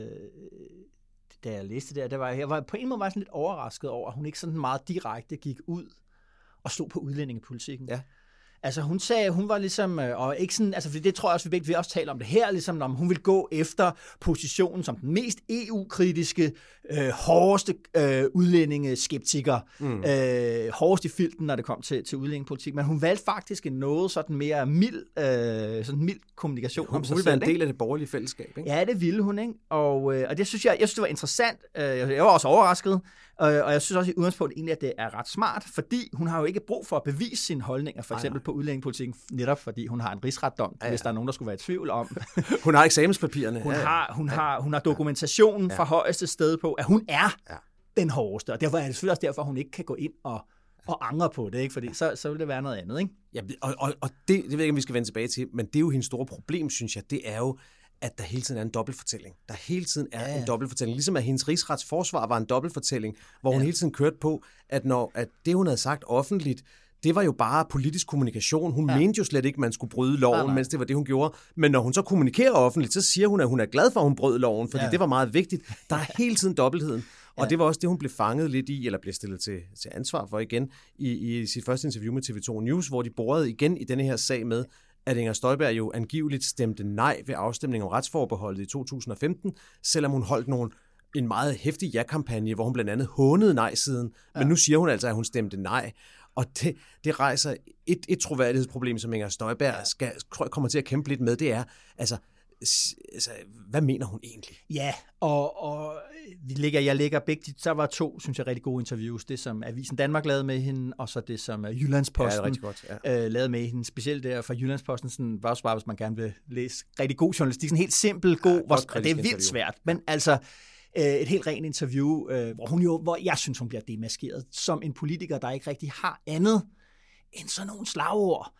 da jeg læste det der, jeg var på en måde sådan lidt overrasket over, at hun ikke sådan meget direkte gik ud og stod på udlændingepolitikken. Ja. Altså hun sagde, hun var ligesom, og ikke sådan, altså det tror jeg også, vi også taler om det her, ligesom om hun vil gå efter positionen som den mest EU-kritiske, hårdeste udlændingeskeptiker, hårdest i filten, når det kom til udlændingepolitik, men hun valgte faktisk en noget sådan mere mild kommunikation om sig selv. Hun ville være en del af det borgerlige fællesskab, ikke? Ja, det ville hun, ikke? Og det synes jeg synes, det var interessant. Jeg var også overrasket, og jeg synes også i udgangspunktet egentlig, at det er ret smart, fordi hun har jo ikke brug for at bevise sine holdninger, for eksempel på udlændingepolitikken, netop fordi hun har en rigsretdom, hvis der er nogen, der skulle være i tvivl om. Hun har eksamenspapirerne. Hun har dokumentationen fra højeste sted på, at hun er den hårdeste, og derfor er det selvfølgelig også derfor, at hun ikke kan gå ind og angre på det, ikke? Fordi så vil det være noget andet, ikke? Ja, og det ved jeg ikke, om vi skal vende tilbage til, men det er jo hendes store problem, synes jeg, det er jo, at der hele tiden er en dobbeltfortælling. Der hele tiden er en dobbeltfortælling. Ligesom at hendes rigsretsforsvar var en dobbeltfortælling, hvor hun hele tiden kørte på, at det, hun havde sagt offentligt, det var jo bare politisk kommunikation. Hun mente jo slet ikke, at man skulle bryde loven, mens det var det, hun gjorde. Men når hun så kommunikerer offentligt, så siger hun, at hun er glad for, at hun brød loven, fordi det var meget vigtigt. Der er hele tiden dobbeltheden. Og det var også det, hun blev fanget lidt i, eller blev stillet til ansvar for igen, i sit første interview med TV2 News, hvor de borede igen i denne her sag med, at Inger Støjberg jo angiveligt stemte nej ved afstemningen om retsforbeholdet i 2015, selvom hun holdt en meget heftig ja-kampagne, hvor hun blandt andet hånede nej-siden. Men nu siger hun altså, at hun stemte nej. Og det rejser et troværdighedsproblem, som Inger Støjberg kommer til at kæmpe lidt med, det er, altså, hvad mener hun egentlig? Ja, og jeg lægger begge, der var 2, synes jeg, rigtig gode interviews. Det, som Avisen Danmark lavede med hende, og så det, som Jyllandsposten lavede med hende. Specielt der fra Jyllandsposten, sådan, bare hvis man gerne vil læse rigtig god journalistik, sådan helt simpel, god, det er vildt svært, men altså et helt rent interview, hvor jeg synes, hun bliver demaskeret som en politiker, der ikke rigtig har andet end sådan nogle slagord.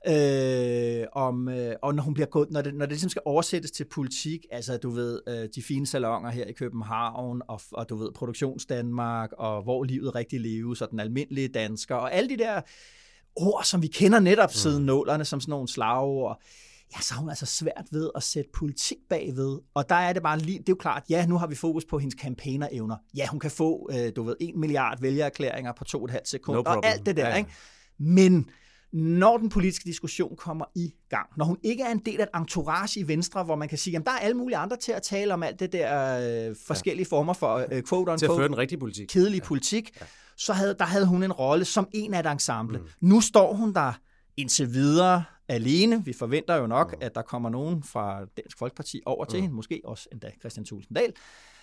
Ja. Og når hun bliver gået, når det ligesom skal oversættes til politik, altså du ved, de fine salonger her i København, og du ved, Produktionsdanmark, og hvor livet rigtig leves, og den almindelige dansker, og alle de der ord, som vi kender netop siden nålerne, som sådan nogle slagord, ja, så har hun altså svært ved at sætte politik bagved. Og der er det bare lige, det er jo klart, ja, nu har vi fokus på hendes campaigner-evner. Ja, hun kan få, 1 milliard vælgererklæringer på 2,5 sekunder, og alt det der, ikke? Men når den politiske diskussion kommer i gang, når hun ikke er en del af et entourage i Venstre, hvor man kan sige, at der er alle mulige andre til at tale om alt det der forskellige former for quote-unquote, til at føre den rigtige politik. Kedelig politik, så havde hun en rolle som en af et ensemble. Nu står hun der indtil videre alene. Vi forventer jo nok, at der kommer nogen fra Dansk Folkeparti over til hende, måske også endda Kristian Thulesen Dahl.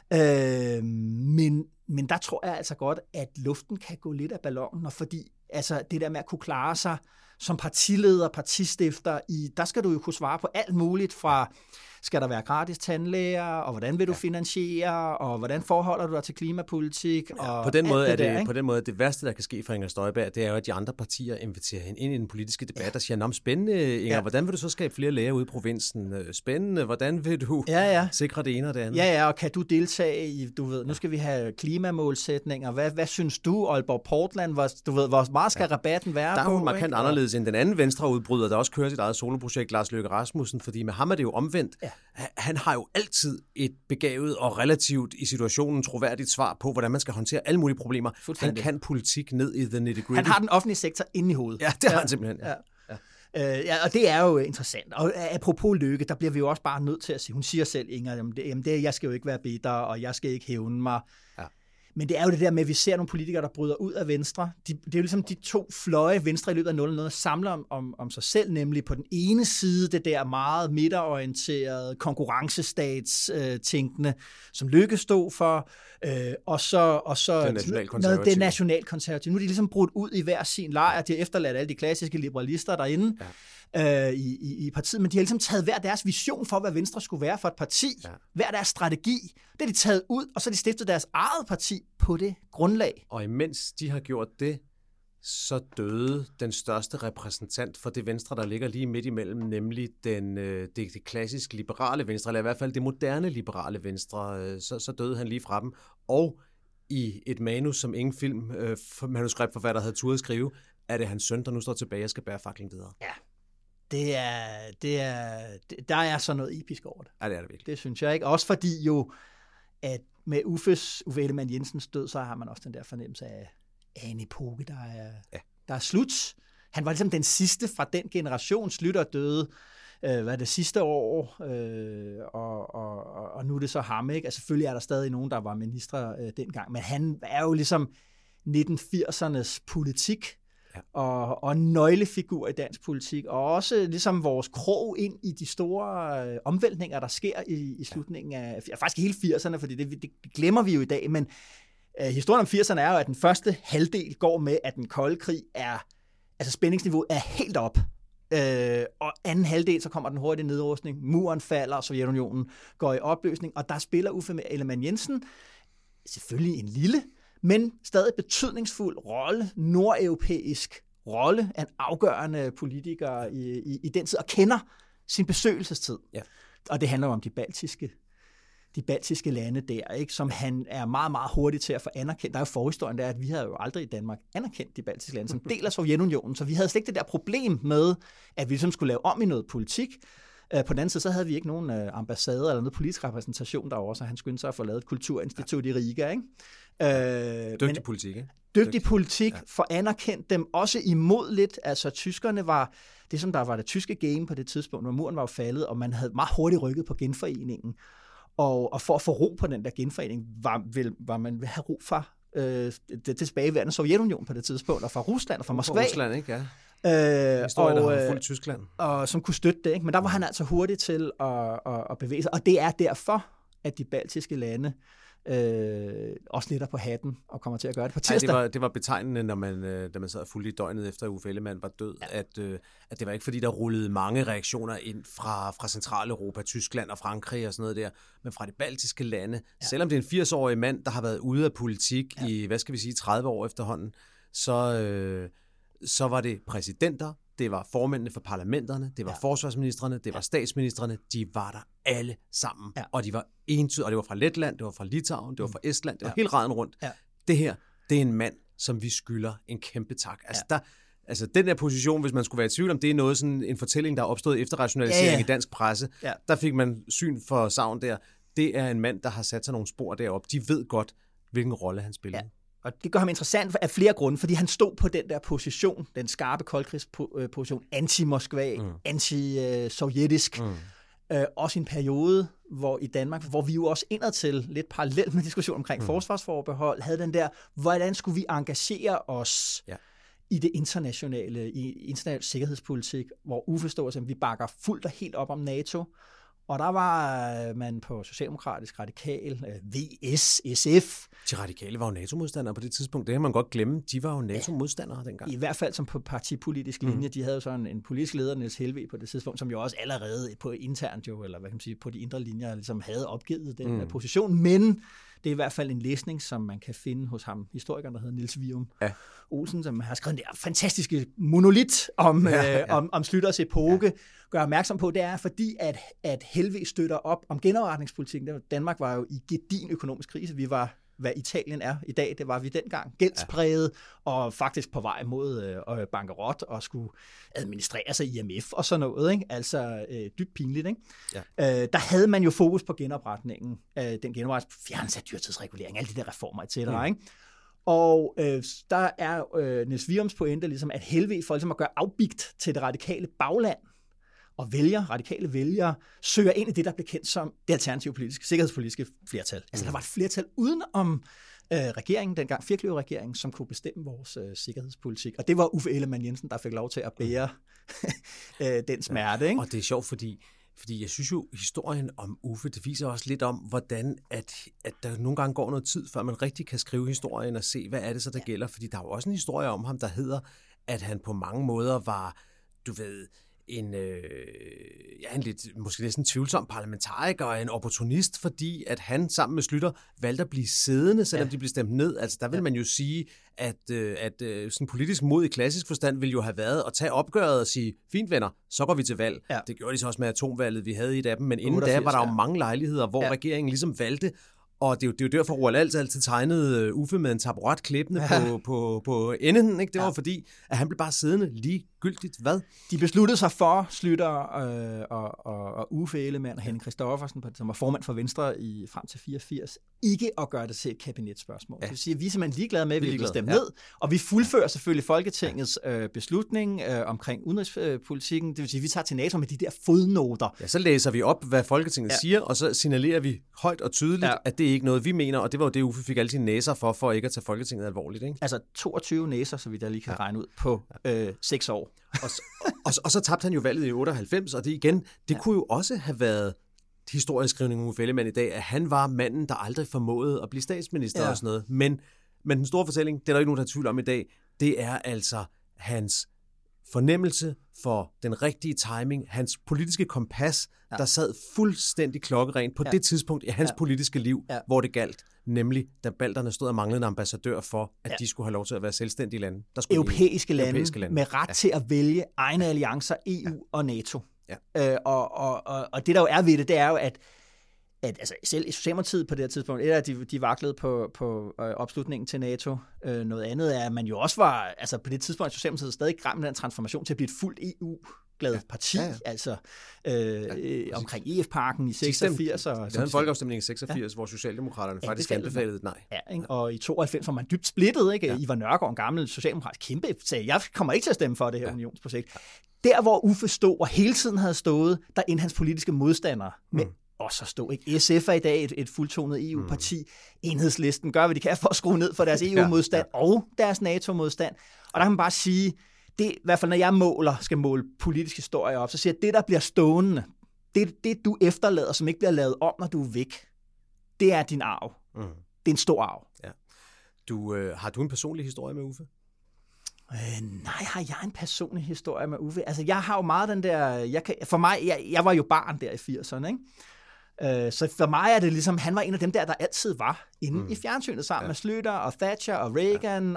Men der tror jeg altså godt, at luften kan gå lidt af ballonen, og fordi altså det der med at kunne klare sig som partileder, partistifter, der skal du jo kunne svare på alt muligt fra Skal der være gratis tandlæger, og hvordan vil du finansiere, og hvordan forholder du dig til klimapolitik? Og på den måde alt det der, på den måde, det værste, der kan ske for Inger Støjberg, det er jo, at de andre partier inviterer hende ind i den politiske debat og siger, spændende, Inger, hvordan vil du så skabe flere læger ude i provinsen? Spændende, hvordan vil du sikre det ene og det andet? Ja, og kan du deltage i, nu skal vi have klimamålsætninger. Hvad synes du, Aalborg Portland, hvor meget skal rabatten være på? Der er hun markant anderledes end den anden venstreudbryder, der også kører sit eget soloprojekt, Lars Løkke Rasmussen, fordi med ham er det jo omvendt. Ja. Han har jo altid et begavet og relativt i situationen troværdigt svar på, hvordan man skal håndtere alle mulige problemer. Han kan politik ned i the nitty-gritty. Han har den offentlige sektor inde i hovedet. Ja, det har han simpelthen. Ja, og det er jo interessant. Og apropos Løkke, der bliver vi jo også bare nødt til at sige, hun siger selv, Inger, jeg skal jo ikke være bitter, og jeg skal ikke hævne mig. Ja. Men det er jo det der med, at vi ser nogle politikere, der bryder ud af Venstre. Det er jo ligesom de to fløje Venstre i løbet af 00 samler om sig selv, nemlig på den ene side det der meget midterorienterede konkurrencestatstænkende, som Løkke stod for, og så det nationalkonservative. Nu er de ligesom brudt ud i hver sin lejr. De har efterladt alle de klassiske liberalister derinde. Ja. I partiet, men de har ligesom taget hver deres vision for, hvad Venstre skulle være for et parti, hver deres strategi, det har de taget ud, og så har de stiftet deres eget parti på det grundlag. Og imens de har gjort det, så døde den største repræsentant for det Venstre, der ligger lige midt imellem, nemlig det klassisk liberale Venstre, eller i hvert fald det moderne liberale Venstre, så døde han lige fra dem, og i et manus, som ingen manuskriptforfatter havde turde skrive, er det hans søn, der nu står tilbage og skal bære faklen videre. Ja. Der er sådan noget episk over det. Ja, det er det virkelig. Det synes jeg ikke. Også fordi jo, at med Uffe Ellemann-Jensens død, så har man også den der fornemmelse af en epoke, der er slut. Han var ligesom den sidste fra den generation. Slytter døde det sidste år, og nu er det så ham, ikke? Altså selvfølgelig er der stadig nogen, der var ministre dengang, men han er jo ligesom 1980'ernes politik, og nøglefigur i dansk politik, og også ligesom vores krog ind i de store omvæltninger, der sker i slutningen af, faktisk hele 80'erne, fordi det glemmer vi jo i dag, men historien om 80'erne er jo, at den første halvdel går med, at den kolde krig altså spændingsniveauet er helt op, og anden halvdel, så kommer den hurtige nedrustning, muren falder, og Sovjetunionen går i opløsning, og der spiller Uffe Ellemann-Jensen selvfølgelig en lille, men stadig betydningsfuld rolle, nordeuropæisk rolle af en afgørende politiker i den tid, og kender sin besøgelsestid. Ja. Og det handler om de baltiske lande der, ikke, som han er meget, meget hurtig til at få anerkendt. Der er jo forhistorien der, at vi havde jo aldrig i Danmark anerkendt de baltiske lande som del af Sovjetunionen, så vi havde slet ikke det der problem med, at vi ligesom skulle lave om i noget politik. På den anden side, så havde vi ikke nogen ambassade eller noget politisk repræsentation derovre, så han skyndte sig at få lavet et kulturinstitut i Riga, ikke? Dygtig politik, ikke? Dygtig politik, for anerkendt dem også imod lidt. Altså tyskerne var det, som der var det tyske game på det tidspunkt, hvor muren var jo faldet, og man havde meget hurtigt rykket på genforeningen. Og for at få ro på den der genforening, var man vil have ro fra det tilbageværende Sovjetunion på det tidspunkt, og fra Rusland og fra Moskva. Fra Rusland, ikke? Ja. Historien, der har fuldt Tyskland. Og som kunne støtte det, ikke? Men der var han altså hurtig til at bevæge sig, og det er derfor, at de baltiske lande også litter på hatten og kommer til at gøre det på tirsdag. Ja, det var betegnende, da man sad fuldt i døgnet efter Uffe Ellemann var død, at det var ikke fordi, der rullede mange reaktioner ind fra Centraleuropa, Tyskland og Frankrig og sådan noget der, men fra de baltiske lande. Ja. Selvom det er en 80-årig mand, der har været ude af politik i, 30 år efterhånden, så var det præsidenter, det var formændene for parlamenterne, det var forsvarsministrene, det var statsministrene, de var der alle sammen. Ja. Og de var entydige, og det var fra Letland, det var fra Litauen, det var fra Estland, det var hele raden rundt. Ja. Det her, det er en mand, som vi skylder en kæmpe tak. Altså, den der position, hvis man skulle være i tvivl om, det er noget sådan en fortælling, der er opstået efter rationalisering i dansk presse. Ja. Der fik man syn for savn der. Det er en mand, der har sat sig nogle spor deroppe. De ved godt, hvilken rolle han spiller. Ja. Og det gør ham interessant af flere grunde, fordi han stod på den der position, den skarpe koldkrigsposition, anti-Moskva, anti-sovjetisk, også i en periode, hvor i Danmark, hvor vi jo også indadtil, lidt parallelt med diskussion omkring forsvarsforbehold, havde den der, hvordan skulle vi engagere os i det internationale sikkerhedspolitik, hvor Uffe stod og sagde, vi bakker fuldt og helt op om NATO, Og der var man på socialdemokratisk, radikal, VS, SF. De radikale var jo NATO-modstandere på det tidspunkt. Det kan man godt glemme. De var jo NATO-modstandere dengang. I hvert fald som på partipolitisk linje. De havde jo sådan en politisk leder, Niels Helveg, på det tidspunkt, som jo også allerede på internt jo, eller hvad kan man sige, på de indre linjer, ligesom havde opgivet den position. Men det er i hvert fald en læsning, som man kan finde hos ham, historikeren, der hedder Niels Vium Olsen, som har skrevet en der fantastiske monolit om Schlüters epoke. Gør opmærksom på, det er fordi, at Helveg støtter op om genopretningspolitikken. Danmark var jo i gedigen økonomisk krise. Vi var, hvad Italien er i dag, det var vi dengang, gældspræget og faktisk på vej mod bankerot og skulle administrere sig IMF og sådan noget, ikke? Altså dybt pinligt, ikke? Ja. Der havde man jo fokus på genopretningen, den fjernelse af dyrtidsregulering, alle de der reformer, etc., ikke? Og der er Niels Viums pointe ligesom, at Helveg for ligesom at gøre afbigt til det radikale bagland, og radikale vælgere, søger ind i det, der blev kendt som det alternative sikkerhedspolitiske flertal. Altså der var et flertal uden om regeringen, dengang firkløverregeringen, som kunne bestemme vores sikkerhedspolitik. Og det var Uffe Ellemann-Jensen, der fik lov til at bære den smerte. Ikke? Og det er sjovt, fordi jeg synes jo, historien om Uffe, det viser også lidt om, hvordan at der nogle gange går noget tid, før man rigtig kan skrive historien og se, hvad er det så, der gælder. Fordi der er jo også en historie om ham, der hedder, at han på mange måder var, du ved, en lidt, måske næsten tvivlsom parlamentariker og en opportunist, fordi at han sammen med Schlüter valgte at blive siddende, selvom de blev stemt ned. Altså der vil man jo sige, at sådan politisk mod i klassisk forstand ville jo have været at tage opgøret og sige, fint venner, så går vi til valg. Ja. Det gjorde de så også med atomvalget, vi havde i et af dem, men inden 88, da var der jo mange lejligheder, hvor regeringen ligesom valgte. Og det er jo derfor, Roald altid tegnede Uffe med en taburet klippende på enden. Ikke? Det var fordi, at han blev bare siddende ligegyldigt. Hvad? De besluttede sig for, Schlüter og Uffe Ellemann og Henning Christoffersen, som var formand for Venstre frem til 84, ikke at gøre det til et kabinetsspørgsmål. Det vil sige, at vi er simpelthen ligeglade med, at vi bliver stemt ned, og vi fuldfører selvfølgelig Folketingets beslutning omkring udenrigspolitikken. Det vil sige, at vi tager til NATO med de der fodnoter. Ja, så læser vi op, hvad Folketinget siger, og så signalerer vi højt og tydeligt, at det er ikke noget, vi mener, og det var jo det, Uffe fik alle sine næser for ikke at tage Folketinget alvorligt. Ikke? Altså 22 næser, så vidt jeg lige kan regne ud, på 6 år. Og så tabte han jo valget i 98, og det kunne jo også have været historieskrivning om Uffe Ellemann i dag, at han var manden, der aldrig formåede at blive statsminister og sådan noget. Men den store fortælling, det er der ikke nogen, der er tvivl om i dag, det er altså hans fornemmelse for den rigtige timing, hans politiske kompas, der sad fuldstændig klokkerent på det tidspunkt i hans politiske liv, hvor det galt, nemlig da balterne stod og manglede en ambassadør for, at de skulle have lov til at være selvstændige lande. Europæiske lande med ret til at vælge egne alliancer, EU og NATO. Ja. Og det, der jo er ved det er jo, at altså, selv i Socialdemokratiet på det her tidspunkt, de vaklede på opslutningen til NATO. Noget andet er, at man jo også var, altså på det tidspunkt, Socialdemokratiet stadig i gang med den transformation til at blive et fuldt EU-glad parti, altså omkring EF-parken i 86. Det havde en folkeafstemning i 86, hvor Socialdemokraterne faktisk anbefalede nej. Ja, ikke? Og i 92 var man dybt splittet, ikke? Ivar Nørgaard, en gammel socialdemokrat, kæmpe, sagde, jeg kommer ikke til at stemme for det her unionsprojekt. Der, hvor Uffe stod, og hele tiden havde stået, der endte hans politiske modstandere med og så stod ikke. SF er i dag et fuldtonet EU-parti. Enhedslisten gør, hvad de kan for at skrue ned for deres EU-modstand og deres NATO-modstand. Og der kan man bare sige, det i hvert fald når jeg skal måle politisk historie op, så siger jeg, at det, der bliver stående, det du efterlader, som ikke bliver lavet om, når du er væk, det er din arv. Det er en stor arv. Ja. Har du en personlig historie med Uffe? Nej, har jeg en personlig historie med Uffe? Altså, jeg har jo meget den der... Jeg var jo barn der i 80'erne, ikke? Så for mig er det ligesom, han var en af dem der altid var inde i fjernsynet sammen med Schlüter og Thatcher og Reagan,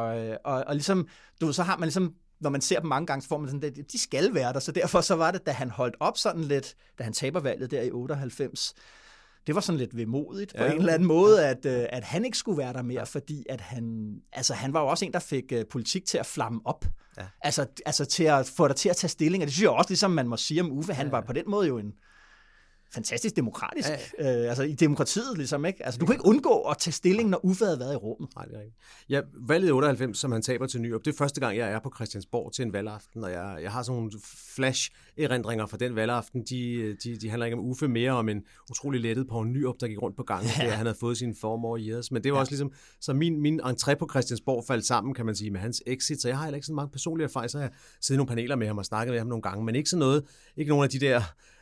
og ligesom, så har man ligesom, når man ser dem mange gange, så får man sådan, de skal være der, så derfor så var det, da han holdt op sådan lidt, da han taber valget der i 98, det var sådan lidt vemodigt på en eller anden måde, at han ikke skulle være der mere, fordi at han var jo også en, der fik politik til at flamme op. Ja. Altså til at få dig til at tage stilling, og det synes jeg også, ligesom man må sige om Uffe, han var på den måde jo en fantastisk demokratisk, altså i demokratiet ligesom, ikke? Altså du kan ikke undgå at tage stilling, når Uffe havde været i rummet. Nej, det er rigtigt. Ja, valget i 98, som han taber til Nyrup, det er første gang, jeg er på Christiansborg til en valgaften, og jeg har sådan nogle flash-erindringer fra den valgaften. De handler ikke om Uffe, mere om en utrolig lettet på en Nyrup, der gik rundt på gangen, der han havde fået sine former i years. Men det var også ligesom, så min entré på Christiansborg faldt sammen, kan man sige, med hans exit, så jeg har heller ikke så meget personlig erfaring, så jeg har siddet i nogle paneler med ham og snakket med ham nogle gange, men ikke sådan noget, ikke nogen af de der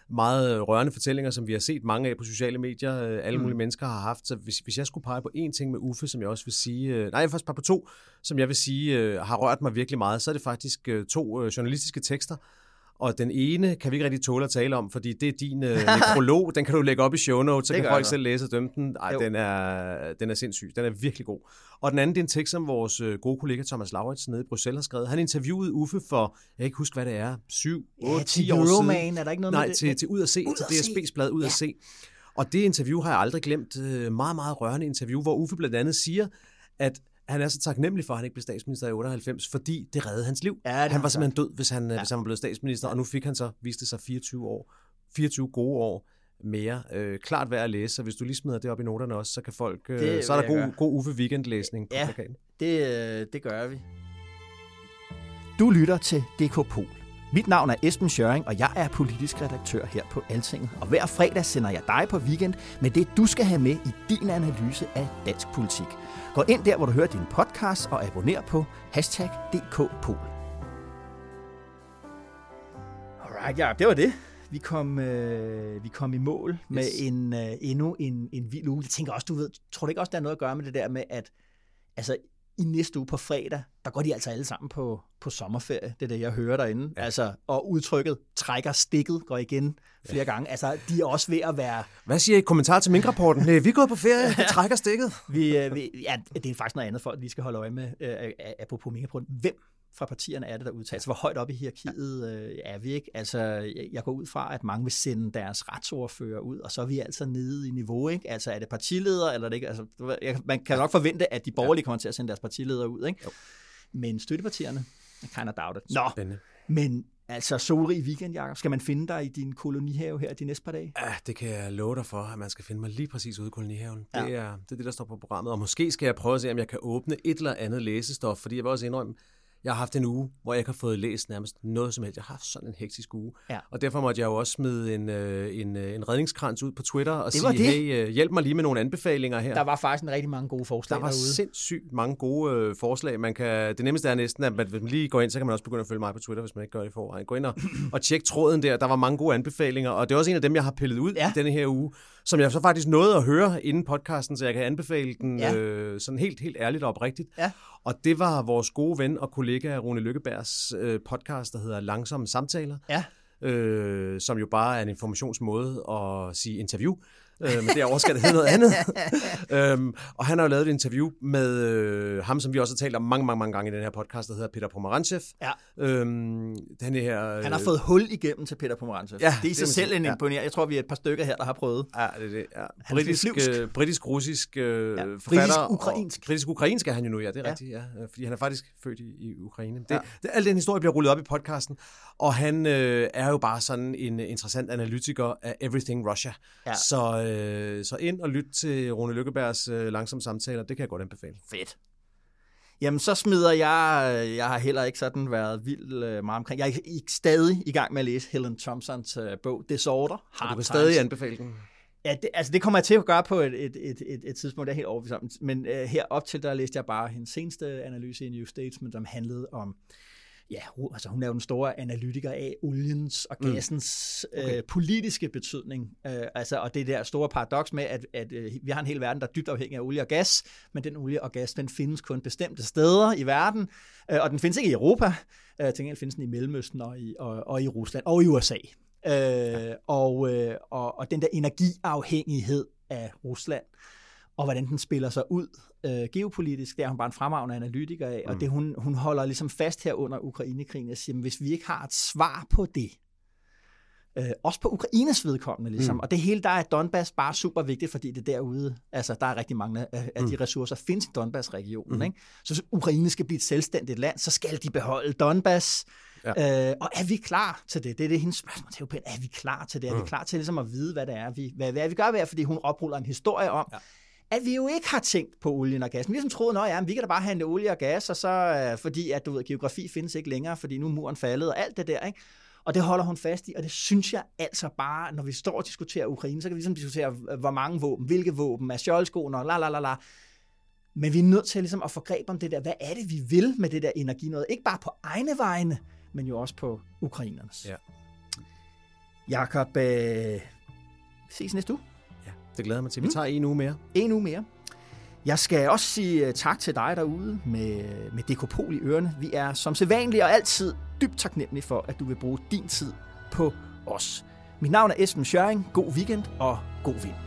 meget rørende fortællinger, som vi har set mange af på sociale medier, alle mulige mennesker har haft. Så hvis jeg skulle pege på én ting med Uffe, som jeg også vil sige... jeg først pege på 2, som jeg vil sige har rørt mig virkelig meget, så er det faktisk 2 journalistiske tekster. Og den ene kan vi ikke rigtig tåle at tale om, fordi det er din nekrolog. Den kan du lægge op i show notes, så kan folk selv læse og dømme den. Den er sindssyg. Den er virkelig god. Og den anden, det er en tekst, som vores gode kollega Thomas Lauritsen nede i Bruxelles har skrevet. Han interviewede Uffe for, jeg kan ikke huske, hvad det er, 7, 8, 10 år siden. Man, er der ikke noget med det? til Ud at Se, til DSB's blad Ud at Se. Og det interview har jeg aldrig glemt. Meget, meget rørende interview, hvor Uffe blandt andet siger, at han er så taknemmelig for, at han ikke blev statsminister i 98, fordi det reddede hans liv. Ja, han var simpelthen død, hvis han var blevet statsminister, og nu fik han så, viste sig 24 gode år mere. Klart værd at læse, så hvis du lige smider det op i noterne også, så kan folk, så er der god Uffe weekendlæsning på plakaten. Det gør vi. Du lytter til DK Pol. Mit navn er Esben Schøring, og jeg er politisk redaktør her på Altinget. Og hver fredag sender jeg dig på weekend med det, du skal have med i din analyse af dansk politik. Gå ind der, hvor du hører din podcast, og abonner på #DKPol. Alright, ja, det var det. Vi kom i mål med endnu en vild uge. Jeg tænker også, tror du ikke også, der er noget at gøre med det der med, at altså, i næste uge på fredag, der går de altså alle sammen på sommerferie. Det er det, jeg hører derinde. Ja. Altså, og udtrykket trækker stikket går igen flere gange. Altså, de er også ved at være... Hvad siger I kommentar til Minkrapporten? Vi er gået på ferie, vi trækker stikket. Det er faktisk noget andet, folk vi skal holde øje med, apropos Minkrapporten. Hvem fra partierne er det, der udtaler sig? Hvor højt op i hierarkiet er vi ikke? Altså, jeg går ud fra, at mange vil sende deres retsordfører ud, og så er vi altså nede i niveau, ikke? Altså, er det partiledere, eller er det ikke? Altså, man kan nok forvente, at de borgerlige kommer til at sende deres partiledere ud, ikke? Jo. Men støttepartierne, I kind of doubt it. Nå, men altså solrig weekend, Jacob. Skal man finde dig i din kolonihave her de næste par dage? Ja, det kan jeg love dig for, at man skal finde mig lige præcis ude i kolonihaven. Ja. Det er det, der står på programmet. Og måske skal jeg prøve at se, om jeg kan åbne et eller andet læsestof, fordi jeg vil også indrømme, jeg har haft en uge, hvor jeg ikke har fået læst nærmest noget som helst. Jeg har haft sådan en hektisk uge. Ja. Og derfor måtte jeg jo også smide en redningskrans ud på Twitter og sige, hey, hjælp mig lige med nogle anbefalinger her. Der var faktisk en rigtig mange gode forslag derude. Der var sindssygt mange gode forslag. Det nemmeste er næsten, at hvis man lige går ind, så kan man også begynde at følge mig på Twitter, hvis man ikke gør det i forvejen. Gå ind og tjek tråden der. Der var mange gode anbefalinger, og det er også en af dem, jeg har pillet ud i denne her uge, som jeg så faktisk nåede at høre inden podcasten, så jeg kan anbefale den sådan helt ærligt og oprigtigt. Ja. Og det var vores gode ven og kollega Rune Lykkebergs podcast, der hedder Langsomme Samtaler, som jo bare er en informationsmåde at sige interview, men derovre skal det hedde noget andet. Og han har jo lavet et interview med ham, som vi også har talt om mange gange i den her podcast, der hedder Peter Pomerantsev. Ja. Han har fået hul igennem til Peter Pomerantsev. Ja, det er i sig selv en imponerende. Jeg tror, vi er et par stykker her, der har prøvet. Ja, det er det. Ja. Britisk-russisk forfatter. Britisk-ukrainsk er han jo nu, ja, det er rigtigt. Ja. Fordi han er faktisk født i Ukraine. Al den historie bliver rullet op i podcasten, og han er jo bare sådan en interessant analytiker af Everything Russia. Ja. Så ind og lyt til Rune Lykkebergs langsomme samtaler, det kan jeg godt anbefale. Fedt. Jamen, så smider jeg har heller ikke sådan været vild meget omkring. Jeg er stadig i gang med at læse Helen Thompsons bog, Disorder. Og du kan stadig anbefale den? Ja, det kommer jeg til at gøre på et tidspunkt, det er helt overbevist om. Men herop til, der læste jeg bare hendes seneste analyse i New Statesman, som handlede om, altså hun er jo den store analytiker af oliens og gassens politiske betydning. Og det der store paradoks med, at vi har en hel verden, der er dybt afhængig af olie og gas, men den olie og gas, den findes kun bestemte steder i verden, og den findes ikke i Europa. Til gengæld findes den i Mellemøsten og i Rusland og i USA. Og den der energiafhængighed af Rusland, og hvordan den spiller sig ud geopolitisk, det er hun bare en fremragende analytiker af, og det hun holder ligesom fast her under Ukrainekrigen, og siger, hvis vi ikke har et svar på det, også på Ukraines vedkommende ligesom, og det hele, der er Donbass bare super vigtigt, fordi det derude, altså der er rigtig mange af de ressourcer, findes i Donbass-regionen, ikke? Så Ukraine skal blive et selvstændigt land, så skal de beholde Donbass. Ja. Og er vi klar til det? Det er hendes spørgsmål til Europæen. Er vi klar til det? Er vi klar til ligesom at vide, hvad det er, hvad vi gør ved, fordi hun opruller en historie om, at vi jo ikke har tænkt på olien og gassen. Vi ligesom troede, at vi kan da bare handle olie og gas, og så fordi at geografi findes ikke længere, fordi nu er muren faldet og alt det der, ikke? Og det holder hun fast i, og det synes jeg altså bare, når vi står og diskuterer Ukraine, så kan vi ligesom diskutere, hvor mange våben, hvilke våben, er skjoldskoene og la. Men vi er nødt til ligesom at få greb om det der, hvad er det, vi vil med det der energi noget? Ikke bare på egne vegne, men jo også på ukrainernes. Ja. Jakob, ses næste uge. Ja, det glæder jeg mig til. Vi tager en uge mere. En uge mere. Jeg skal også sige tak til dig derude med Dekopol i ørerne. Vi er som sædvanligt og altid dybt taknemmelige for, at du vil bruge din tid på os. Mit navn er Esben Schøring. God weekend og god vind.